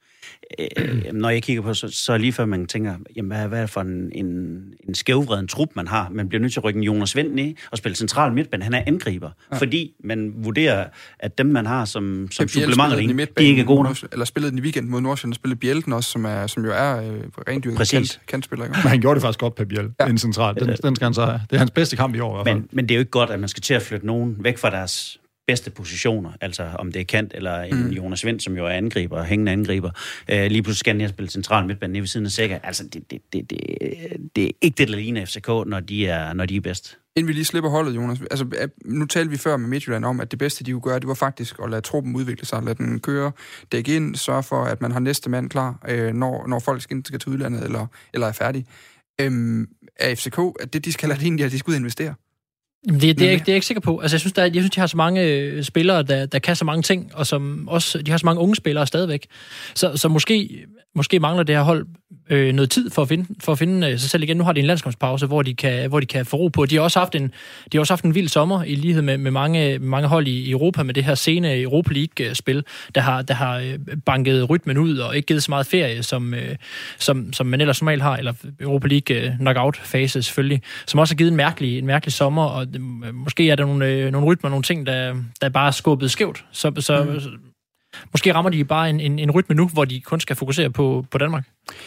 øh, når jeg kigger på, så, så er lige før man tænker, jamen hvad, hvad er det for en, en, en skævvreden trup, man har? Man bliver nødt til at rykke en Jonas Wind ned og spille central midtbane. Han er angriber, ja. Fordi man vurderer, at dem, man har som, som supplementer, de ikke er gode nok. Eller spillede den i weekend mod Nordsjælland, spillede Bjelten også, som, er, som jo er øh, rendyrket kant, kantspiller. Ikke? Men han gjorde det faktisk godt, Pep Biel, ja. Inden centralt. Den, den skal han så have. Det er hans bedste kamp i år i hvert fald. Men, men det er jo ikke godt, at man skal til at flytte nogen væk fra deres bedste positioner, altså om det er Kant eller en mm. Jonas Wind, som jo er angriber, hængende angriber. Uh, lige pludselig skal han spille central midtbane nede ved siden af Sækker. Altså, det, det, det, det, det er ikke det, der ligner F C K, når de er, når de er bedst. Inden vi lige slipper holdet, Jonas. Altså, nu talte vi før med Midtjylland om, at det bedste, de kunne gøre, det var faktisk at lade truppen udvikle sig, lade den køre, dække ind, sørge for, at man har næste mand klar, øh, når, når folk skal til udlandet eller, eller er færdige. Øhm, er F C K, at det, de skal lade egentlig, at de skal ud og investere? Det, det, er, det er jeg ikke sikker på. Altså, jeg synes, der, jeg synes, de har så mange øh, spillere, der, der kan så mange ting, og som også, de har så mange unge spillere stadigvæk. Så, så måske, måske mangler det her hold øh, noget tid for at finde, for at finde øh, sig selv igen. Nu har de en landskampspause, hvor de kan, hvor de kan få ro på. De har også haft en, de har også haft en vild sommer, i lighed med, med, mange, med mange hold i Europa, med det her sene Europa League-spil, der har, der har banket rytmen ud, og ikke givet så meget ferie, som, øh, som, som man ellers normalt har, eller Europa League knockout-fase selvfølgelig, som også har givet en mærkelig, en mærkelig sommer, og måske er der nogle, øh, nogle rytmer, nogle ting, der, der bare er skubbet skævt. Så, så mm. måske rammer de bare en, en, en rytme nu, hvor de kun skal fokusere på, på Danmark.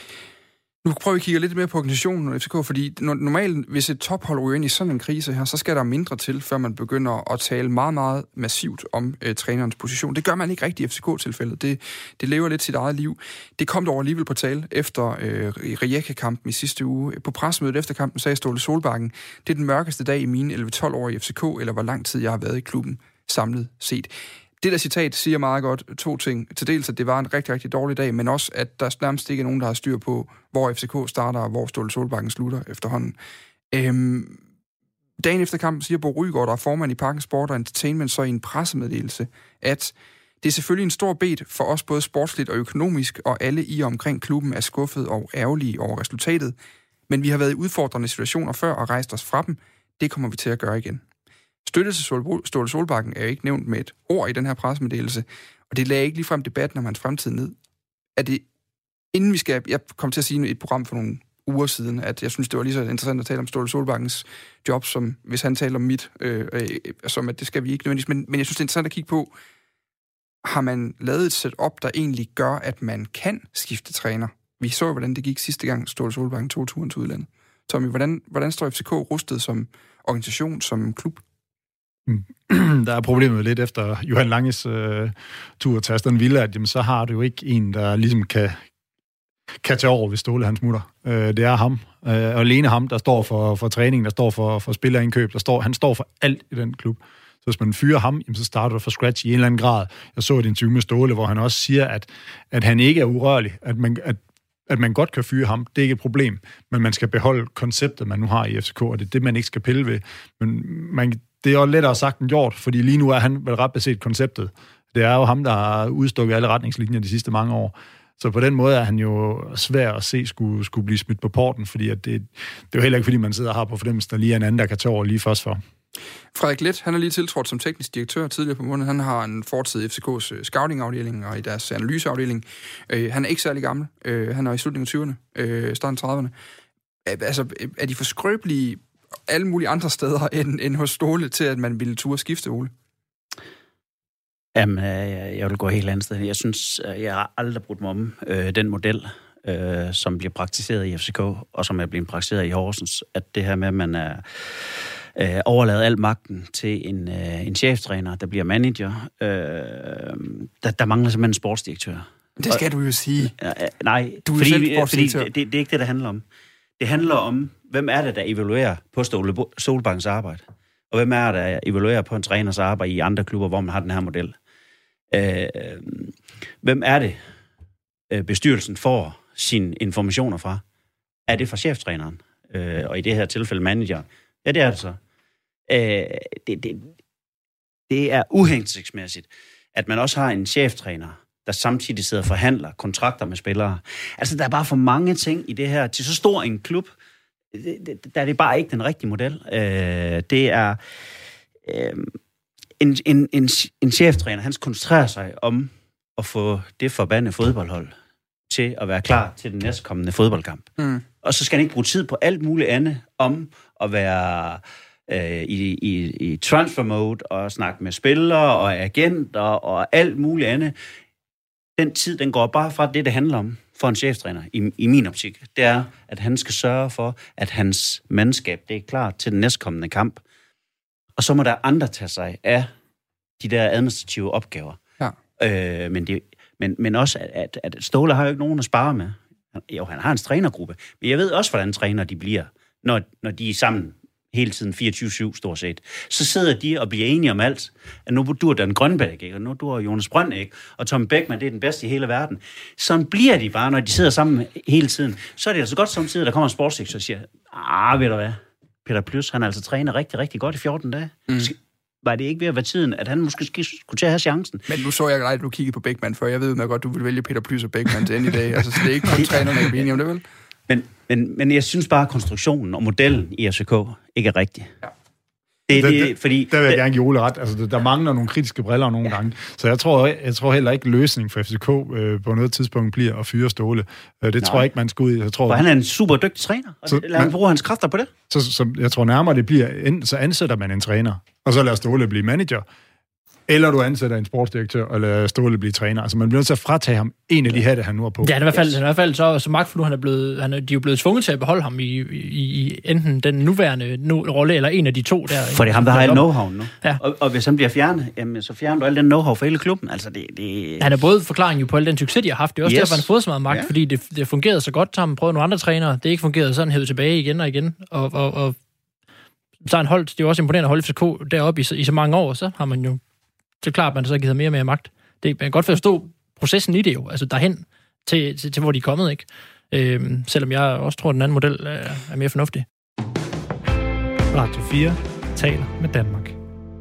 Nu prøver vi at kigge lidt mere på organisationen og F C K, fordi normalt, hvis et tophold ryger ind i sådan en krise her, så skal der mindre til, før man begynder at tale meget, meget massivt om øh, trænerens position. Det gør man ikke rigtigt i F C K-tilfældet. Det, det lever lidt sit eget liv. Det kom dog alligevel på tale efter øh, Rijeka-kampen i sidste uge. På pressemødet efter kampen sagde Ståle Solbakken, det er den mørkeste dag i mine elleve tolv år i F C K, eller hvor lang tid jeg har været i klubben samlet set. Det der citat siger meget godt to ting. Til dels, at det var en rigtig, rigtig dårlig dag, men også, at der nærmest ikke er nogen, der har styr på, hvor F C K starter, og hvor Ståle Solbakken slutter efterhånden. Øhm, dagen efter kampen siger Bo Rygaard, der er formand i Parken Sport og Entertainment, så i en pressemeddelelse, at det er selvfølgelig en stor bed for os, både sportsligt og økonomisk, og alle i og omkring klubben er skuffet og ærgerlige over resultatet. Men vi har været i udfordrende situationer før og rejst os fra dem. Det kommer vi til at gøre igen. Støtte til Ståle Solbakken er jo ikke nævnt med et ord i den her pressemeddelelse, og det lagde ikke ligefrem debatten om hans fremtid ned. Er det, inden vi skal, jeg kom til at sige i et program for nogle uger siden, at jeg synes, det var lige så interessant at tale om Ståle Solbakkens job, som hvis han taler om mit, øh, øh, som at det skal vi ikke nødvendigvis, men, men jeg synes, det er interessant at kigge på, har man lavet et setup, der egentlig gør, at man kan skifte træner? Vi så jo, hvordan det gik sidste gang, Ståle Solbakken tog turen til udlandet. Tommy, hvordan, hvordan står F C K rustet som organisation, som klub? Der er problemet lidt efter Johan Langes øh, tur til Aston Villa, at jamen, så har du jo ikke en, der ligesom kan, kan tage over, hvis Ståle han smutter. Øh, det er ham, øh, og alene ham, der står for, for træning, der står for, for spillerindkøb, der står, han står for alt i den klub. Så hvis man fyrer ham, jamen, så starter du fra scratch i en eller anden grad. Jeg så et interview med Ståle, hvor han også siger, at, at han ikke er urørlig, at man, at, at man godt kan fyre ham. Det er ikke et problem, men man skal beholde konceptet, man nu har i F C K, og det er det, man ikke skal pille ved. Men man det er jo lettere sagt end gjort, fordi lige nu er han vel ret beset konceptet. Det er jo ham, der har udstukket alle retningslinjer de sidste mange år. Så på den måde er han jo svær at se skulle, skulle blive smidt på porten, fordi at det, det er jo heller ikke, fordi man sidder her på fornemmelsen, der lige er en anden, der kan tage over lige først for. Frederik Leth, han er lige tiltrådt som teknisk direktør tidligere på måneden. Han har en fortid i F C K's scouting-afdeling og i deres analyseafdeling. Øh, han er ikke særlig gammel. Øh, han er i slutningen af tyverne, øh, starten af trediverne. Altså, er de for skrøbelige alle mulige andre steder end, end hos Ståle til, at man ville turde skifte, Ole? Jamen, jeg, jeg vil gå helt andet sted. Jeg synes, jeg har aldrig brudt mig om øh, den model, øh, som bliver praktiseret i F C K, og som er blevet praktiseret i Horsens, at det her med, at man er øh, overladet al magten til en, øh, en cheftræner, der bliver manager. Øh, der, der mangler simpelthen en sportsdirektør. Det skal og, du jo sige. Øh, nej, du er fordi, selv fordi det, det er ikke det, der handler om. Det handler om, hvem er det, der evaluerer på Ståle Solbakkens arbejde? Og hvem er det, der evaluerer på en træners arbejde i andre klubber, hvor man har den her model? Øh, hvem er det, bestyrelsen får sine informationer fra? Er det fra cheftræneren? Øh, og i det her tilfælde manager? Ja, det er det så. Øh, det, det, det er uhensigtsmæssigt, at man også har en cheftræner, der samtidig sidder og forhandler kontrakter med spillere. Altså, der er bare for mange ting i det her. Til så stor en klub, der er det bare ikke den rigtige model. Øh, det er øh, en, en, en, en cheftræner, han koncentrerer sig om at få det forbandede fodboldhold til at være klar til den næstkommende fodboldkamp. Mm. Og så skal han ikke bruge tid på alt muligt andet om at være øh, i, i, i transfer mode og snakke med spillere og agenter og alt muligt andet. Den tid, den går bare fra det, det handler om for en cheftræner, i, i min optik. Det er, at han skal sørge for, at hans mandskab det er klar til den næstkommende kamp. Og så må der andre tage sig af de der administrative opgaver. Ja. Øh, men, det, men, men også, at, at Ståle har jo ikke nogen at spare med. Jo, han har en trænergruppe, men jeg ved også, hvordan træner de bliver, når, når de er sammen hele tiden fireogtyve syv stort set. Så sidder de og bliver enige om alt. At nu dur Dan Grønbæk, ikke? Og nu dur Jonas Brønd, ikke? Og Tom Beckmann, det er den bedste i hele verden. Sådan bliver de bare, når de sidder sammen hele tiden. Så er det altså godt samtidig, der kommer en sportsdirektør og siger, ah, ved du hvad, Peter Plys, han er altså træner rigtig, rigtig godt i fjorten dage. Mm. Var det ikke ved at være tiden, at han måske skulle til at have chancen? Men nu så jeg dig, at du kiggede på Beckmann før. Jeg ved jo godt, du vil vælge Peter Plys og Beckmann til end i dag. Altså, så det er ikke kun trænerne, der er enige om det, vel? Men, men, men jeg synes bare, at konstruktionen og modellen i F C K ikke er rigtig. Ja. Det, det, det, det, fordi, der vil jeg det, gerne give Ole ret. Altså, der mangler nogle kritiske briller nogle ja. gange. Så jeg tror, jeg tror heller ikke, løsning for F C K øh, på noget tidspunkt bliver at fyre Ståle. Øh, det Nej. tror jeg ikke, man skal ud i. Jeg tror, for han er en super dygtig træner, og så, lad ham bruge hans kræfter på det. Så, så jeg tror nærmere, det bliver, så ansætter man en træner, og så lader Ståle blive manager. Eller du ansætter en sportsdirektør og lader Ståle blive træner. Altså, man bliver nødt til at fratage ham en af de hatte, han nu er på. Ja, i hvert fald, yes. i hvert fald så, så magtfuld, han er blevet, han er, de er jo blevet tvunget til at beholde ham i, i, i enten den nuværende nu, rolle, eller en af de to der. For det er ham, der har alt know-how nu. Ja. Og, og hvis han bliver fjernet, jamen, så fjerner du al den know-how for hele klubben. Altså, det, det... Han er både forklaringen jo på al den succes, de har haft. Det er også yes. derfor, han har fået så meget magt, ja. fordi det, det fungerede så godt, så har man prøvet nogle andre trænere. Det ikke fungerede sådan, hævet tilbage igen og igen. Og, og, og så har han holdt, det er jo også imponerende at holde F C K deroppe i, i så mange år, så har man jo det er klart, at man så giver mere og mere magt. Det, man kan godt forstå processen i det jo, altså derhen til, til, til hvor de er kommet, ikke? Øhm, selvom jeg også tror, at den anden model er, er mere fornuftig. Radio fire taler med Danmark.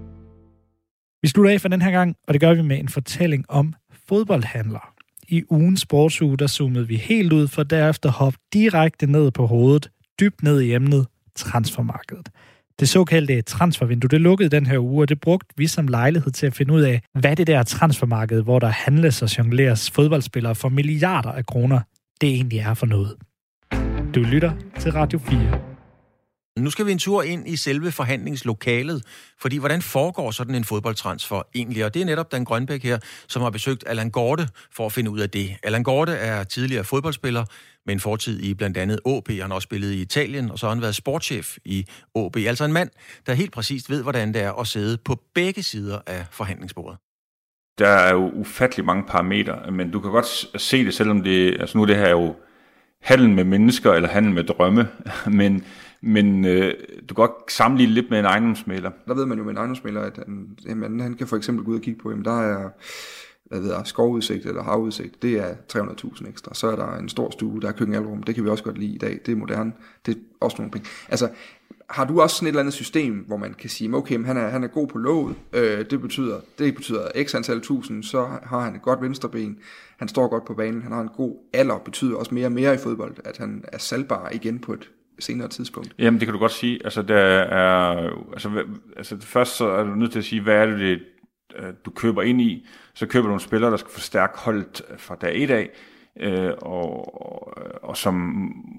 Vi slutter af for den her gang, og det gør vi med en fortælling om fodboldhandler. I ugens sportsuge, der zoomede vi helt ud, for derefter hoppe direkte ned på hovedet, dybt ned i emnet transfermarkedet. Det såkaldte transfervindue, det lukkede den her uge, og det brugte vi som lejlighed til at finde ud af, hvad det der transfermarked, hvor der handles og jongleres fodboldspillere for milliarder af kroner, det egentlig er for noget. Du lytter til Radio fire. Nu skal vi en tur ind i selve forhandlingslokalet, fordi hvordan foregår sådan en fodboldtransfer egentlig? Og det er netop Dan Grønbæk her, som har besøgt Allan Gorte for at finde ud af det. Allan Gorte er tidligere fodboldspiller med en fortid i blandt andet A B. Han har også spillet i Italien, og så har han været sportschef i A B. Altså en mand, der helt præcist ved, hvordan det er at sidde på begge sider af forhandlingsbordet. Der er jo ufattelig mange parametre, men du kan godt se det, selvom det, altså nu er det her jo handel med mennesker eller handel med drømme, men Men øh, du kan godt sammenligne lidt med en ejendomsmægler. Der ved man jo med en ejendomsmægler, at han, jamen, han kan for eksempel gå ud og kigge på, jamen der er hvad ved jeg, skovudsigt eller havudsigt, det er tre hundrede tusind ekstra. Så er der en stor stue, der er køkkenalrum, det kan vi også godt lide i dag, det er moderne, det er også nogle penge. Altså, har du også sådan et eller andet system, hvor man kan sige, okay, han er, han er god på låget, øh, det betyder, det betyder x antal tusind, så har han et godt venstreben, han står godt på banen, han har en god alder, betyder også mere og mere i fodbold, at han er salgbar igen på et senere tidspunkt. Jamen, det kan du godt sige. Altså, der er, altså, altså først så er du nødt til at sige, hvad er det, det du køber ind i. Så køber du nogle spillere, der skal forstærke holdet fra dag et af, øh, og, og, og som,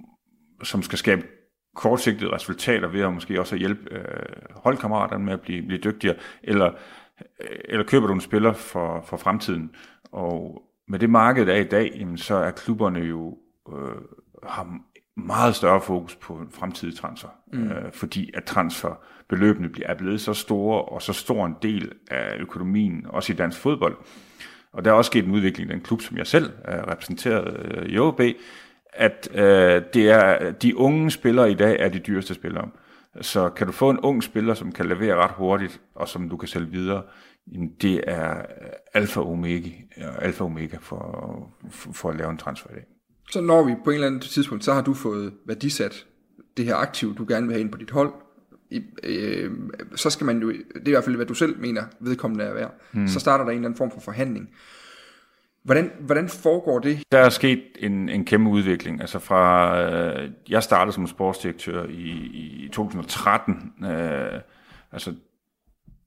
som skal skabe kortsigtede resultater ved at måske også hjælpe øh, holdkammeraterne med at blive, blive dygtigere, eller, eller køber du nogle spillere for, for fremtiden. Og med det marked, der er i dag, jamen, så er klubberne jo øh, har meget større fokus på en fremtidig transfer, mm. øh, fordi at transferbeløbene er blevet så store, og så stor en del af økonomien, også i dansk fodbold. Og der er også sket en udvikling i den klub, som jeg selv er repræsenteret øh, i A B, at øh, det er, de unge spillere i dag er de dyreste spillere. Så kan du få en ung spiller, som kan levere ret hurtigt, og som du kan sælge videre, det er alfa og omega, alfa og omega for, for, for at lave en transfer i dag. Så når vi på en eller anden tidspunkt, så har du fået værdisat det her aktiv, du gerne vil have ind på dit hold. I, øh, så skal man jo, det er i hvert fald, hvad du selv mener, vedkommende er værd. Hmm. Så starter der en eller anden form for forhandling. Hvordan, hvordan foregår det? Der er sket en, en kæmpe udvikling. Altså fra, øh, jeg startede som sportsdirektør i, i to tusind og tretten. Øh, altså,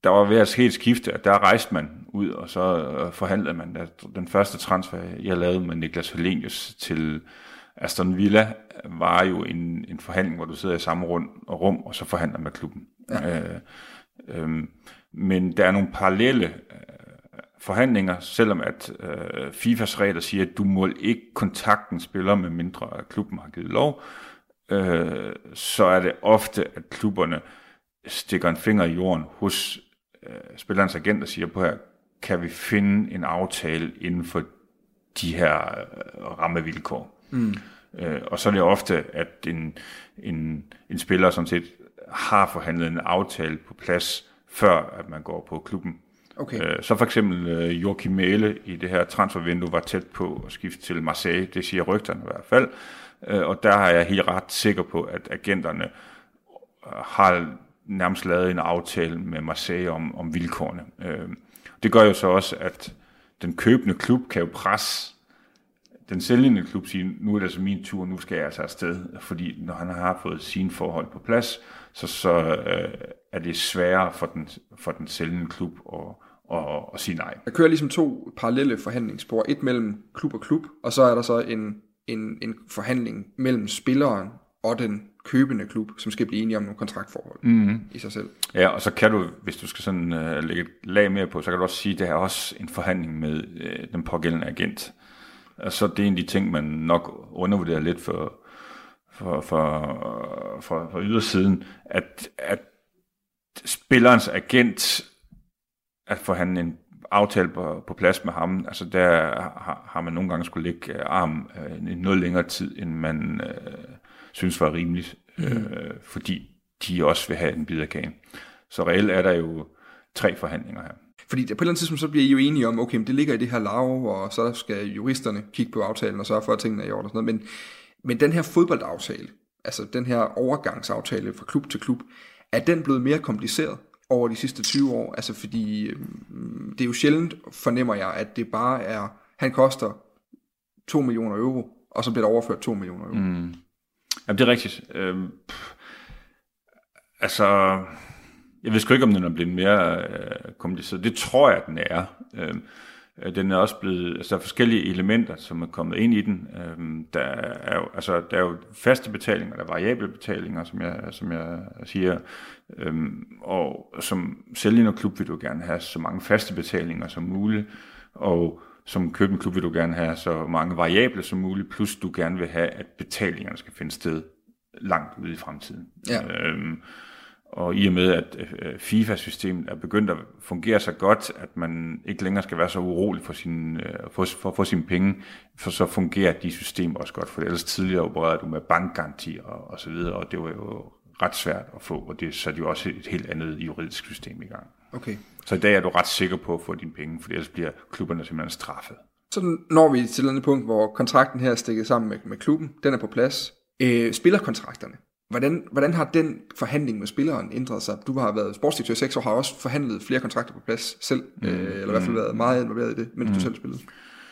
der var ved at ske et skifte, at der rejste man ud, og så øh, forhandlede man. Den første transfer, jeg lavede med Niklas Hellenius til Aston Villa, var jo en, en forhandling, hvor du sidder i samme rund og rum, og så forhandler med klubben. Ja. Øh, øh, men der er nogle parallelle øh, forhandlinger, selvom at øh, FIFAs regler siger, at du må ikke kontakte en spiller, med mindre klubben har givet lov, øh, så er det ofte, at klubberne stikker en finger i jorden hos øh, spillerens agent og siger på her, kan vi finde en aftale inden for de her øh, rammevilkår. Mm. Øh, og så er det ofte, at en, en, en spiller sådan set har forhandlet en aftale på plads, før at man går på klubben. Okay. Øh, så for eksempel øh, Joachim Mæhle i det her transfervindue var tæt på at skifte til Marseille, det siger rygterne i hvert fald. Øh, og der er jeg helt ret sikker på, at agenterne har nærmest lavet en aftale med Marseille om, om vilkårene. Øh, det gør jo så også, at den købende klub kan jo presse den sælgende klub, siger, nu er det altså min tur, nu skal jeg altså afsted, fordi når han har fået sine forhold på plads, så, så øh, er det sværere for den, for den sælgende klub at, at, at sige nej. Der kører ligesom to parallelle forhandlingsspor, et mellem klub og klub, og så er der så en, en, en forhandling mellem spilleren og den købende klub, som skal blive enige om nogle kontraktforhold mm-hmm. i sig selv. Ja, og så kan du, hvis du skal sådan uh, lægge et lag mere på, så kan du også sige, at det er også en forhandling med uh, den pågældende agent. Altså det er en af de ting, man nok undervurderer lidt for, for, for, for, for ydersiden, at, at spillerens agent, at forhandle en aftale på, på plads med ham, altså der har, har man nogle gange skulle lægge arm uh, i noget længere tid, end man uh, synes var rimeligt, mm. øh, fordi de også vil have en bid af kagen. Så reelt er der jo tre forhandlinger her. Fordi der, på et eller andet tidspunkt, så bliver I jo enige om, okay, men det ligger i det her lav, og så skal juristerne kigge på aftalen og sørge for, at tingene er i orden og sådan noget. Men, men den her fodboldaftale, altså den her overgangsaftale fra klub til klub, er den blevet mere kompliceret over de sidste tyve år? Altså fordi øh, det er jo sjældent, fornemmer jeg, at det bare er, han koster to millioner euro, og så bliver der overført to millioner euro. Mm. Jamen, det er rigtigt. Øhm, altså, jeg ved sgu ikke, om den er blevet mere øh, kompliceret. Det tror jeg, den er. Øhm, den er også blevet, altså der er forskellige elementer, som er kommet ind i den. Øhm, der, er jo, altså, der er jo faste betalinger, der er variable betalinger, som jeg, som jeg siger. Øhm, og som sælgende klub vil du gerne have så mange faste betalinger som muligt. Og som købende klub vil du gerne have så mange variable som muligt, plus du gerne vil have, at betalingerne skal finde sted langt ude i fremtiden. Ja. Øhm, og i og med, at øh, FIFA-systemet er begyndt at fungere så godt, at man ikke længere skal være så urolig for, sin, øh, for, for at få sine penge, for så fungerer de systemer også godt, for ellers tidligere opererede du med bankgaranti og, og så videre, og det var jo ret svært at få, og det satte jo også et helt andet juridisk system i gang. Okay. Så i dag er du ret sikker på at få dine penge, for ellers bliver klubberne simpelthen straffet. Så når vi til et andet punkt, hvor kontrakten her er stikket sammen med, med klubben, den er på plads. Øh, spillerkontrakterne. Hvordan, hvordan har den forhandling med spilleren ændret sig? Du har været sportsdirektør i seks år, har også forhandlet flere kontrakter på plads selv, mm. øh, eller i hvert fald været meget involveret i det, mens mm. du selv spillede.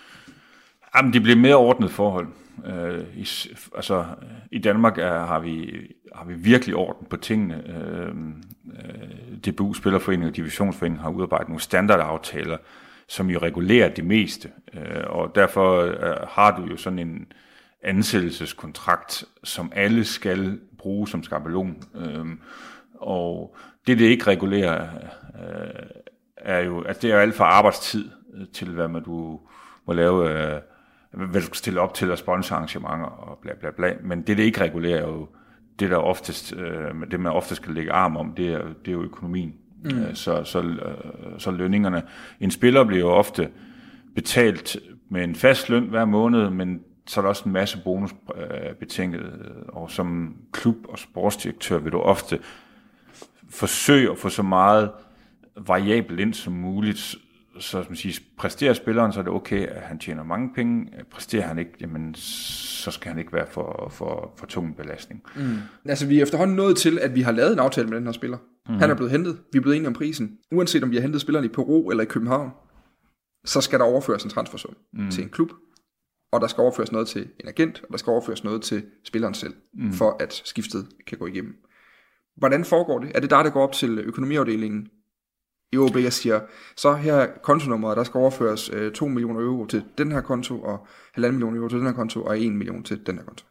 Jamen, det bliver mere ordnet forhold. Øh, i, altså, i Danmark er, har, vi, har vi virkelig orden på tingene. Øh, øh, D B U, Spillerforeningen og Divisionsforeningen har udarbejdet nogle standardaftaler, som jo regulerer det meste. Øh, og derfor øh, har du jo sådan en ansættelseskontrakt, som alle skal bruge som skabelon. Øh, og det, det ikke regulerer, øh, er jo, at det er alt fra arbejdstid til, hvad man du må lave, øh, hvad du skal stille op til, og sponsorarrangementer og bla bla bla. Men det, det ikke regulerer, er jo det, der oftest, øh, det man oftest kan lægge arm om, det er, det er jo økonomien. Mm. Øh, så, så, øh, så lønningerne. En spiller bliver jo ofte betalt med en fast løn hver måned, men så er der også en masse bonus øh, betinget. Og som klub og sportsdirektør vil du ofte forsøge at få så meget variabelt ind som muligt. Så som siger, præsterer spilleren, så er det okay, at han tjener mange penge. Præsterer han ikke, jamen, så skal han ikke være for, for, for tung belastning. Mm. Altså, vi er efterhånden nået til, at vi har lavet en aftale med den her spiller. Mm. Han er blevet hentet. Vi er blevet enige om prisen. Uanset om vi har hentet spilleren i Peru eller i København, så skal der overføres en transfersum mm. til en klub, og der skal overføres noget til en agent, og der skal overføres noget til spilleren selv, mm. for at skiftet kan gå igennem. Hvordan foregår det? Er det der, der går op til økonomiafdelingen i O B og siger, så her er kontonummeret, der skal overføres øh, to millioner euro til den her konto, og halvanden millioner euro til den her konto, og en million til den her konto?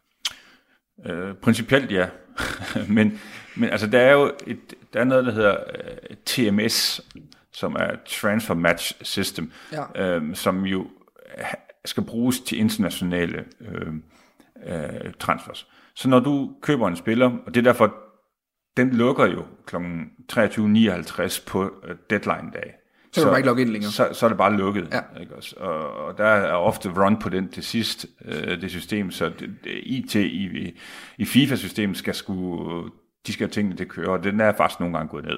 Øh, principielt ja. men, men altså, der er jo et, der er noget, der hedder uh, T M S, som er Transfer Match System, ja. øh, som jo skal bruges til internationale øh, øh, transfers. Så når du køber en spiller, og det er derfor, den lukker jo klokken treogtyve nioghalvtreds på uh, deadline-dag. Så er det bare ikke logget ind længere. Så, så er det bare lukket. Ja. Ikke også? Og, og der er ofte run på den til sidst, øh, det system, så det, det, I T i, i FIFA-systemet skal sku, de skal have tingene til at køre, og den er faktisk nogle gange gået ned.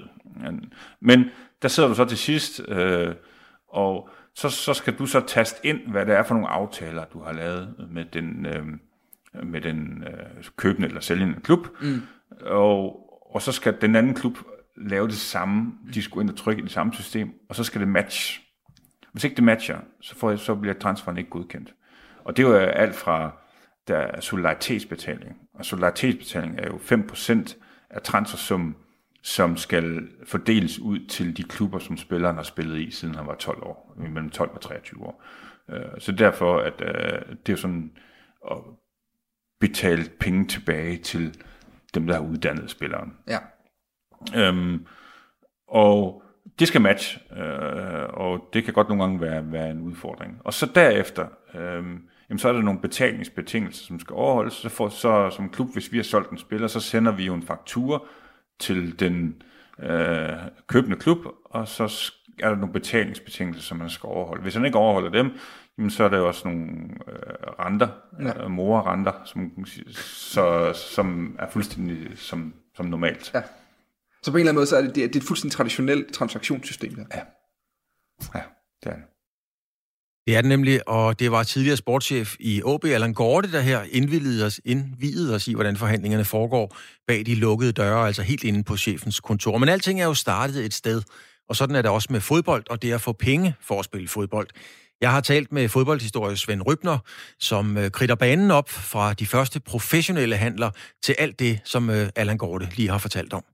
Men der sidder du så til sidst, øh, og så, så skal du så taste ind, hvad det er for nogle aftaler, du har lavet med den, øh, med den øh, købende eller sælgende klub, mm. og, og så skal den anden klub lave det samme, de skulle ind og trykke i det samme system, og så skal det matche. Hvis ikke det matcher, så, får jeg, så bliver transferen ikke godkendt. Og det er jo alt fra der er solidaritetsbetaling, og solidaritetsbetaling er jo fem procent af transfersummen, som skal fordeles ud til de klubber, som spilleren har spillet i, siden han var tolv år, mellem tolv og treogtyve år. Så derfor, at det er jo sådan at betale penge tilbage til dem, der har uddannet spilleren. Ja. Øhm, og det skal matche, øh, og det kan godt nogle gange være, være en udfordring. Og så derefter, øh, jamen, så er der nogle betalingsbetingelser, som skal overholdes. Så, for, så som klub, hvis vi har solgt en spiller, så sender vi jo en faktura til den øh, købende klub, og så er der nogle betalingsbetingelser, som man skal overholde. Hvis han ikke overholder dem, jamen, så er der jo også nogle øh, renter, ja. øh, morerenter, som, så, som er fuldstændig som, som normalt. Ja. Så på en eller anden måde, så er det, det er et fuldstændig traditionelt transaktionssystem. Der. Ja. Ja, det er det. Det er det nemlig, og det var tidligere sportschef i O B, Allan Gorte, der her indvidede os, indvidede os i, hvordan forhandlingerne foregår bag de lukkede døre, altså helt inde på chefens kontor. Men alting er jo startet et sted, og sådan er det også med fodbold, og det er at få penge for at spille fodbold. Jeg har talt med fodboldhistoriker Svend Rybner, som kridter banen op fra de første professionelle handler til alt det, som Allan Gorte lige har fortalt om.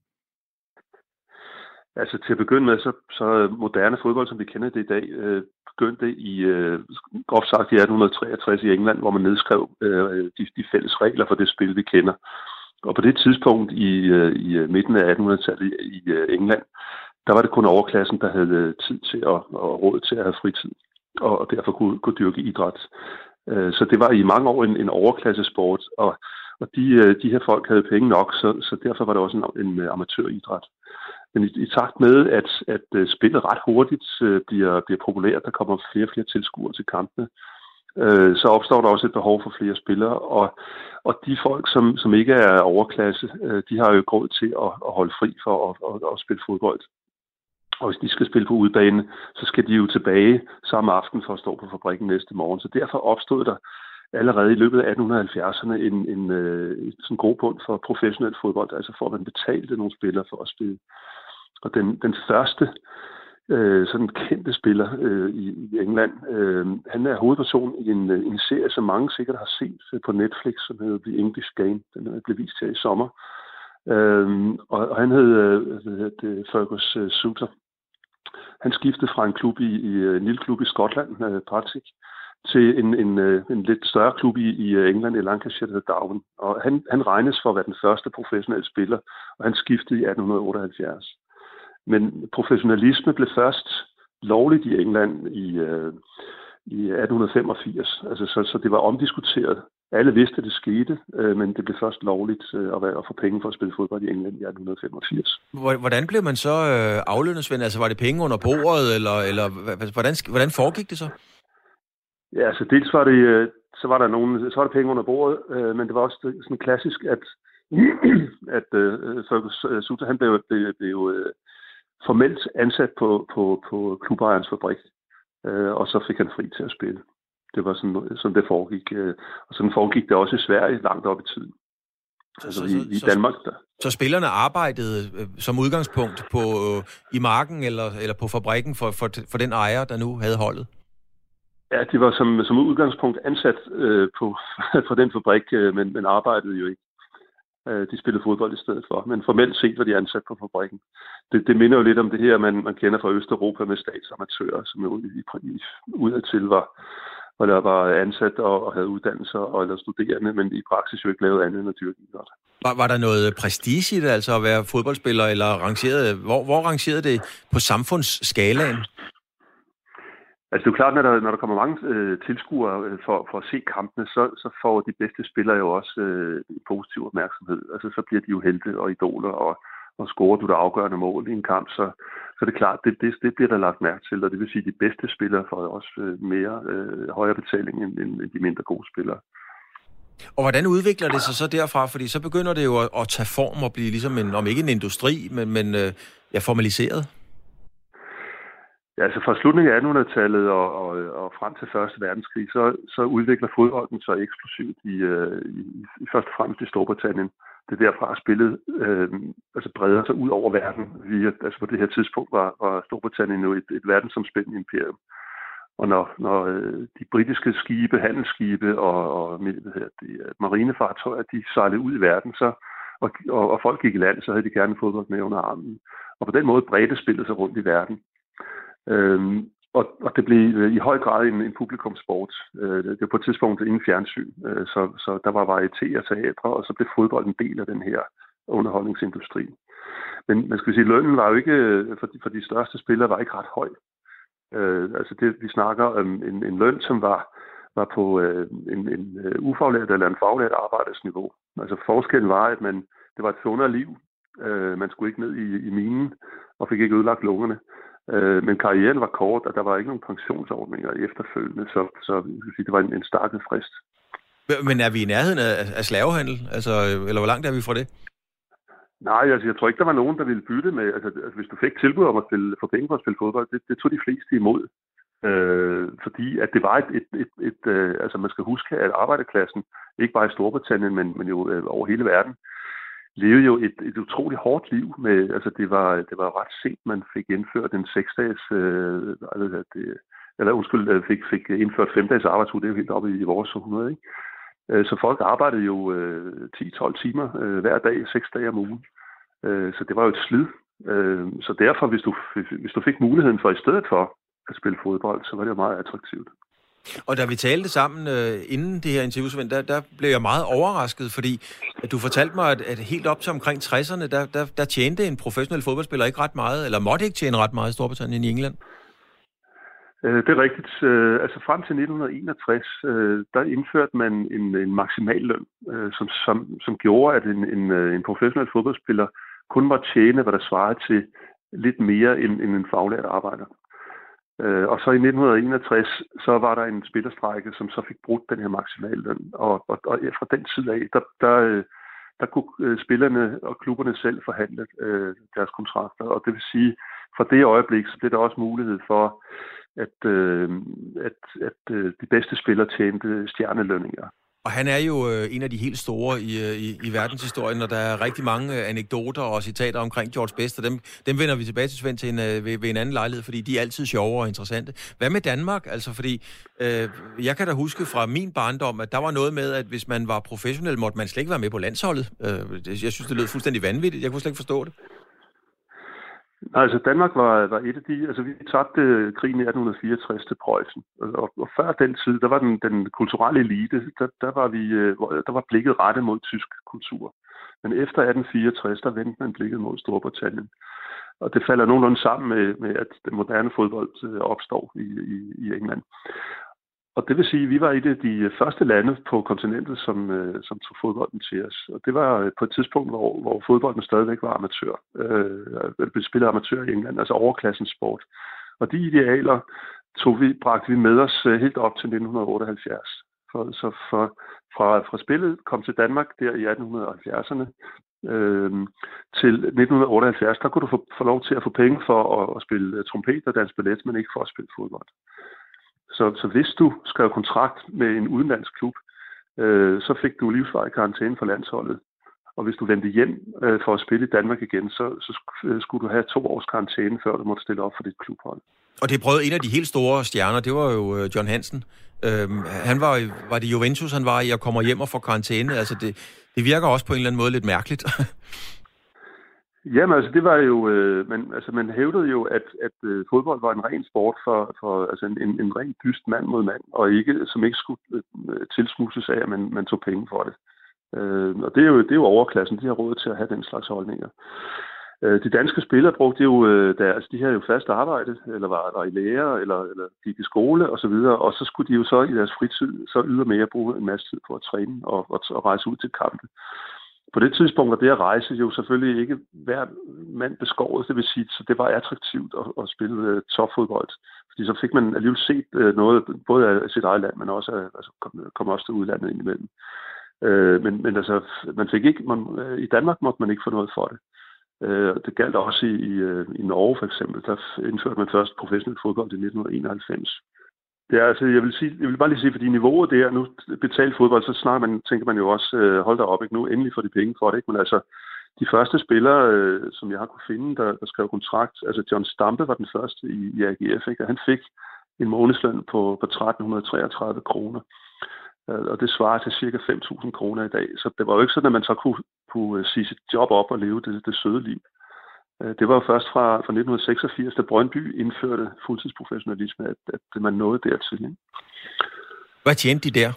Altså til at begynde med, så, så moderne fodbold, som vi kender det i dag, øh, begyndte i, øh, groft sagt i atten treogtres i England, hvor man nedskrev øh, de, de fælles regler for det spil, vi kender. Og på det tidspunkt i, øh, i midten af attenhundredetallet i, i øh, England, der var det kun overklassen, der havde tid til at, og råd til at have fritid, og, og derfor kunne, kunne dyrke idræt. Øh, så det var i mange år en, en overklassesport, og, og de, de her folk havde penge nok, så, så derfor var det også en, en amatøridræt. Men i, i takt med, at, at spillet ret hurtigt øh, bliver, bliver populært, der kommer flere og flere tilskuere til kampene, øh, så opstår der også et behov for flere spillere. Og, og de folk, som, som ikke er overklasse, øh, de har jo råd til at, at holde fri for at, at, at spille fodbold. Og hvis de skal spille på udebane, så skal de jo tilbage samme aften for at stå på fabrikken næste morgen. Så derfor opstod der allerede i løbet af atten halvfjerdserne en, en, en sådan grobund for professionel fodbold, altså for at man betalte nogle spillere for at spille. Og den, den første øh, sådan kendte spiller øh, i, i England, øh, han er hovedperson i en, en serie, som mange sikkert har set på Netflix, som hedder The English Game. Den blev vist her i sommer. Øh, og, og han hed øh, Fergus øh, Suter. Han skiftede fra en klub i, i en lille klub i Skotland, øh, Partick, til en, en, en lidt større klub i, i England, i Lancashire, der hedder Darwin. Og han, han regnes for at være den første professionelle spiller, og han skiftede i atten otteoghalvfjerds. Men professionalisme blev først lovligt i England i, øh, i atten femogfirs. Altså, så, så det var omdiskuteret. Alle vidste, at det skete, øh, men det blev først lovligt øh, at, være, at få penge for at spille fodbold i England i atten femogfirs. Hvordan blev man så øh, aflønnet, Svend? Altså var det penge under bordet, eller, eller hvordan, hvordan foregik det så? Ja, altså dels var det, så var der nogen, så var der penge under bordet, øh, men det var også sådan klassisk, at, at øh, Fergus Suter, han blev, blev, blev øh, formelt ansat på, på, på klubejernes fabrik, øh, og så fik han fri til at spille. Det var sådan, sådan det foregik, øh, og sådan foregik det også i Sverige langt op i tiden. Altså så, i, i så, Danmark der. Så spillerne arbejdede øh, som udgangspunkt på, øh, i marken eller, eller på fabrikken for, for, for den ejer, der nu havde holdet? Ja, de var som, som udgangspunkt ansat øh, på, for den fabrik, øh, men, men arbejdede jo ikke. De spillede fodbold i stedet for, men formelt set var de ansat på fabrikken. Det, det minder jo lidt om det her, man, man kender fra Østeuropa med statsamatører, som jo udadtil var, var, var ansat og, og havde uddannelser og eller studerende, men i praksis jo ikke lavede andet end at dyrke idræt. Var, var der noget prestige i det, altså at være fodboldspiller, eller rangerede, hvor, hvor rangerede det på samfundsskalaen? Altså det er jo klart, når der, når der kommer mange øh, tilskuere øh, for, for at se kampene, så, så får de bedste spillere jo også øh, positiv opmærksomhed. Altså så bliver de jo helte og idoler, og, og scorer du der afgørende mål i en kamp, så, så det er klart, det, det, det bliver der lagt mærke til, og det vil sige, at de bedste spillere får også øh, mere øh, højere betaling end, end de mindre gode spillere. Og hvordan udvikler det sig så derfra? Fordi så begynder det jo at, at tage form og blive ligesom en, om ikke en industri, men, men øh, ja, formaliseret. Ja, altså fra slutningen af attenhundredetallet og, og, og frem til første verdenskrig, så, så udvikler fodbolden sig eksplosivt i, øh, i, i først og fremmest i Storbritannien. Det er derfra, at spillet øh, altså breder sig ud over verden. Vi, altså på det her tidspunkt var, var Storbritannien jo et, et verdensomspændende imperium. Og når, når øh, de britiske skibe, handelsskibe og, og hvad hedder det, marinefartøjer, de sejlede ud i verden, så, og, og, og folk gik i land, så havde de gerne fodbold med under armen. Og på den måde bredte spillet sig rundt i verden. Øhm, og, og det blev i høj grad en, en publikumssport. Øh, det var på et tidspunkt ingen fjernsyn, øh, så, så der var varieté og teatre, og så blev fodbold en del af den her underholdningsindustri. Men man skal sige, lønnen var jo ikke, for de, for de største spillere, var ikke ret høj. Øh, altså det, vi snakker om en, en løn, som var, var på øh, en, en ufaglært eller en faglært arbejdersniveau. Altså forskellen var, at man, det var et sundere liv. Øh, man skulle ikke ned i, i minen og fik ikke ødelagt lungerne. Men karrieren var kort, og der var ikke nogen pensionsordninger efterfølgende, så, så jeg skal sige, det var en, en startet frist. Men er vi i nærheden af, af slavehandel? Altså, eller hvor langt er vi fra det? Nej, altså, jeg tror ikke, der var nogen, der ville bytte med. Altså, altså hvis du fik tilbud om at spille, for penge for at spille fodbold, det, det tog de fleste imod. Øh, fordi at det var et, et, et, et, et øh, altså man skal huske, at arbejderklassen, ikke bare i Storbritannien, men, men jo øh, over hele verden, levede jo et, et utroligt hårdt liv med, altså det var, det var ret sent, man fik indført en seksdages, øh, altså det, eller undskyld, fik, fik indført fem dages arbejdsuge, det er jo helt oppe i, i vores århundrede, ikke? Så folk arbejdede jo øh, ti til tolv timer øh, hver dag, seks dage om ugen. Øh, så det var jo et slid. Øh, så derfor, hvis du, hvis du fik muligheden for i stedet for at spille fodbold, så var det jo meget attraktivt. Og da vi talte sammen øh, inden det her interview, Svend, der, der blev jeg meget overrasket, fordi at du fortalte mig, at, at helt op til omkring tresserne, der, der, der tjente en professionel fodboldspiller ikke ret meget, eller måtte ikke tjene ret meget i Storbritannien i England. Øh, det er rigtigt. Øh, altså frem til nitten enogtres, øh, der indførte man en, en maksimalløn, øh, som, som, som gjorde, at en, en, en professionel fodboldspiller kun måtte tjene, hvad der svarede til lidt mere end, end en faglært arbejder. Og så i nitten enogtres, så var der en spillerstrejke, som så fik brudt den her maksimalløn. Og, og, og fra den tid af, der, der, der kunne spillerne og klubberne selv forhandle øh, deres kontrakter. Og det vil sige, fra det øjeblik, så blev der også mulighed for, at, øh, at, at de bedste spillere tjente stjernelønninger. Og han er jo øh, en af de helt store i, i, i verdenshistorien, og der er rigtig mange anekdoter og citater omkring George Best, og dem, dem vender vi tilbage til, Svend, til en, ved, ved en anden lejlighed, fordi de er altid sjove og interessante. Hvad med Danmark? Altså, fordi øh, jeg kan da huske fra min barndom, at der var noget med, at hvis man var professionel, måtte man slet ikke være med på landsholdet. Øh, jeg synes, det lød fuldstændig vanvittigt. Jeg kunne slet ikke forstå det. Nej, altså Danmark var, var et af de, altså vi tabte krigen i atten fireogtres til Preussen, og, og før den tid, der var den, den kulturelle elite, der, der, var vi, der var blikket rettet mod tysk kultur. Men efter atten fireogtres, der vendte man blikket mod Storbritannien. Og det falder nogenlunde sammen med, med at den moderne fodbold opstår i, i, i England. Og det vil sige, at vi var et af de første lande på kontinentet, som, som tog fodbolden til os. Og det var på et tidspunkt, hvor, hvor fodbolden stadigvæk var amatør. Øh, blev spillet amatør i England, altså overklassens sport. Og de idealer tog vi, bragte vi med os helt op til nitten otteoghalvfjerds. For, så for, fra, fra spillet kom til Danmark der i atten halvfjerdserne øh, til nitten otteoghalvfjerds, der kunne du få, få lov til at få penge for at, at spille trompet og danse ballet, men ikke for at spille fodbold. Så, så hvis du skrev kontrakt med en udenlandsk klub, øh, så fik du livsvarig karantæne for landsholdet. Og hvis du vendte hjem øh, for at spille i Danmark igen, så, så skulle du have to års karantæne, før du måtte stille op for dit klubhold. Og det prøvede en af de helt store stjerner, det var jo John Hansen. Øhm, han var, var det Juventus, han var i, og kommer hjem og får karantæne. Altså det, det det virker også på en eller anden måde lidt mærkeligt. Jamen, altså, det var jo... Øh, man, altså, man hævdede jo, at, at øh, fodbold var en ren sport for, for altså en, en, en ren dyst mand mod mand, og ikke, som ikke skulle øh, tilsmuses af, at man, man tog penge for det. Øh, og det er, jo, det er jo overklassen, de har råd til at have den slags holdninger. Øh, de danske spillere brugte jo, øh, der, altså, de havde jo fast arbejde, eller var, var i lære, eller, eller gik i skole, og så videre, og så skulle de jo så i deres fritid, så ydermere bruge en masse tid på at træne og, og, og rejse ud til kampe. På det tidspunkt var det at rejse jo selvfølgelig ikke hver mand beskåret, det vil sige, så det var attraktivt at, at spille uh, topfodbold. Fordi så fik man alligevel set uh, noget, både af sit eget land, men også af, altså, kom, kom også til udlandet indimellem. Uh, men, men altså, man fik ikke, man, uh, i Danmark måtte man ikke få noget for det. Uh, det galt også i, i, uh, i Norge for eksempel, der indførte man først professionel fodbold i nitten enoghalvfems. Ja, altså, jeg vil, sige, jeg vil bare lige sige, fordi niveauet der, nu betalt fodbold, så snart man, tænker man jo også, øh, hold da op, ikke nu, endelig får de penge for det, ikke? Men altså, de første spillere, øh, som jeg har kunne finde, der, der skrev kontrakt, altså John Stampe var den første i, i A G F, ikke? Og han fik en månedsløn på, på tretten treogtredive kroner, øh, og det svarer til cirka fem tusind kroner i dag, så det var jo ikke sådan, at man så kunne, kunne sige sit job op og leve det, det søde liv. Det var jo først fra, fra nitten seksogfirs, da Brøndby indførte fuldtidsprofessionalisme, at, at man nåede dertil. Ikke? Hvad tjente de der?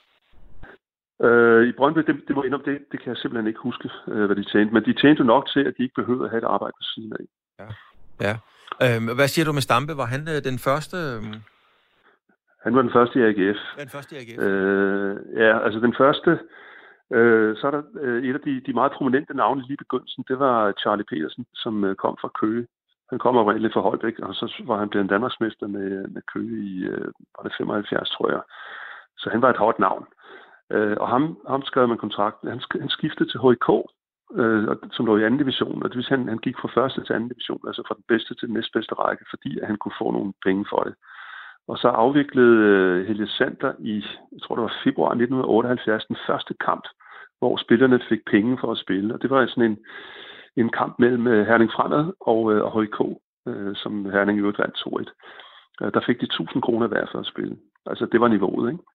Øh, I Brøndby, det, det, må indom, det, det kan jeg simpelthen ikke huske, øh, hvad de tjente. Men de tjente jo nok til, at de ikke behøvede at have et arbejde på siden af. Ja. ja. Øh, hvad siger du med Stampe? Var han øh, den første? Øh... Han var den første i A G F. Den første i A G F? Øh, ja, altså den første... Øh, så er der øh, et af de, de meget prominente navne lige i begyndelsen, det var Charlie Petersen, som øh, kom fra Køge. Han kom oprindeligt fra Holbæk, og så var han blevet danmarksmester med, med Køge i øh, var det femoghalvfjerds, tror jeg. Så han var et hårdt navn. Øh, og ham, ham skrev man kontrakten. Han, han skiftede til H I K, øh, som lå i anden division, og det vil sige, han, han gik fra første til anden division, altså fra den bedste til den næstbedste række, fordi at han kunne få nogle penge for det. Og så afviklede øh, Helge Sander i, jeg tror det var februar nitten otteoghalvfjerds, den første kamp, hvor spillerne fik penge for at spille. Og det var sådan en, en kamp mellem Herning Fremad og, øh, og H I K, øh, som Herning i øvrigt vandt to et. Øh, der fik de tusind kroner hver for at spille. Altså det var niveauet, ikke?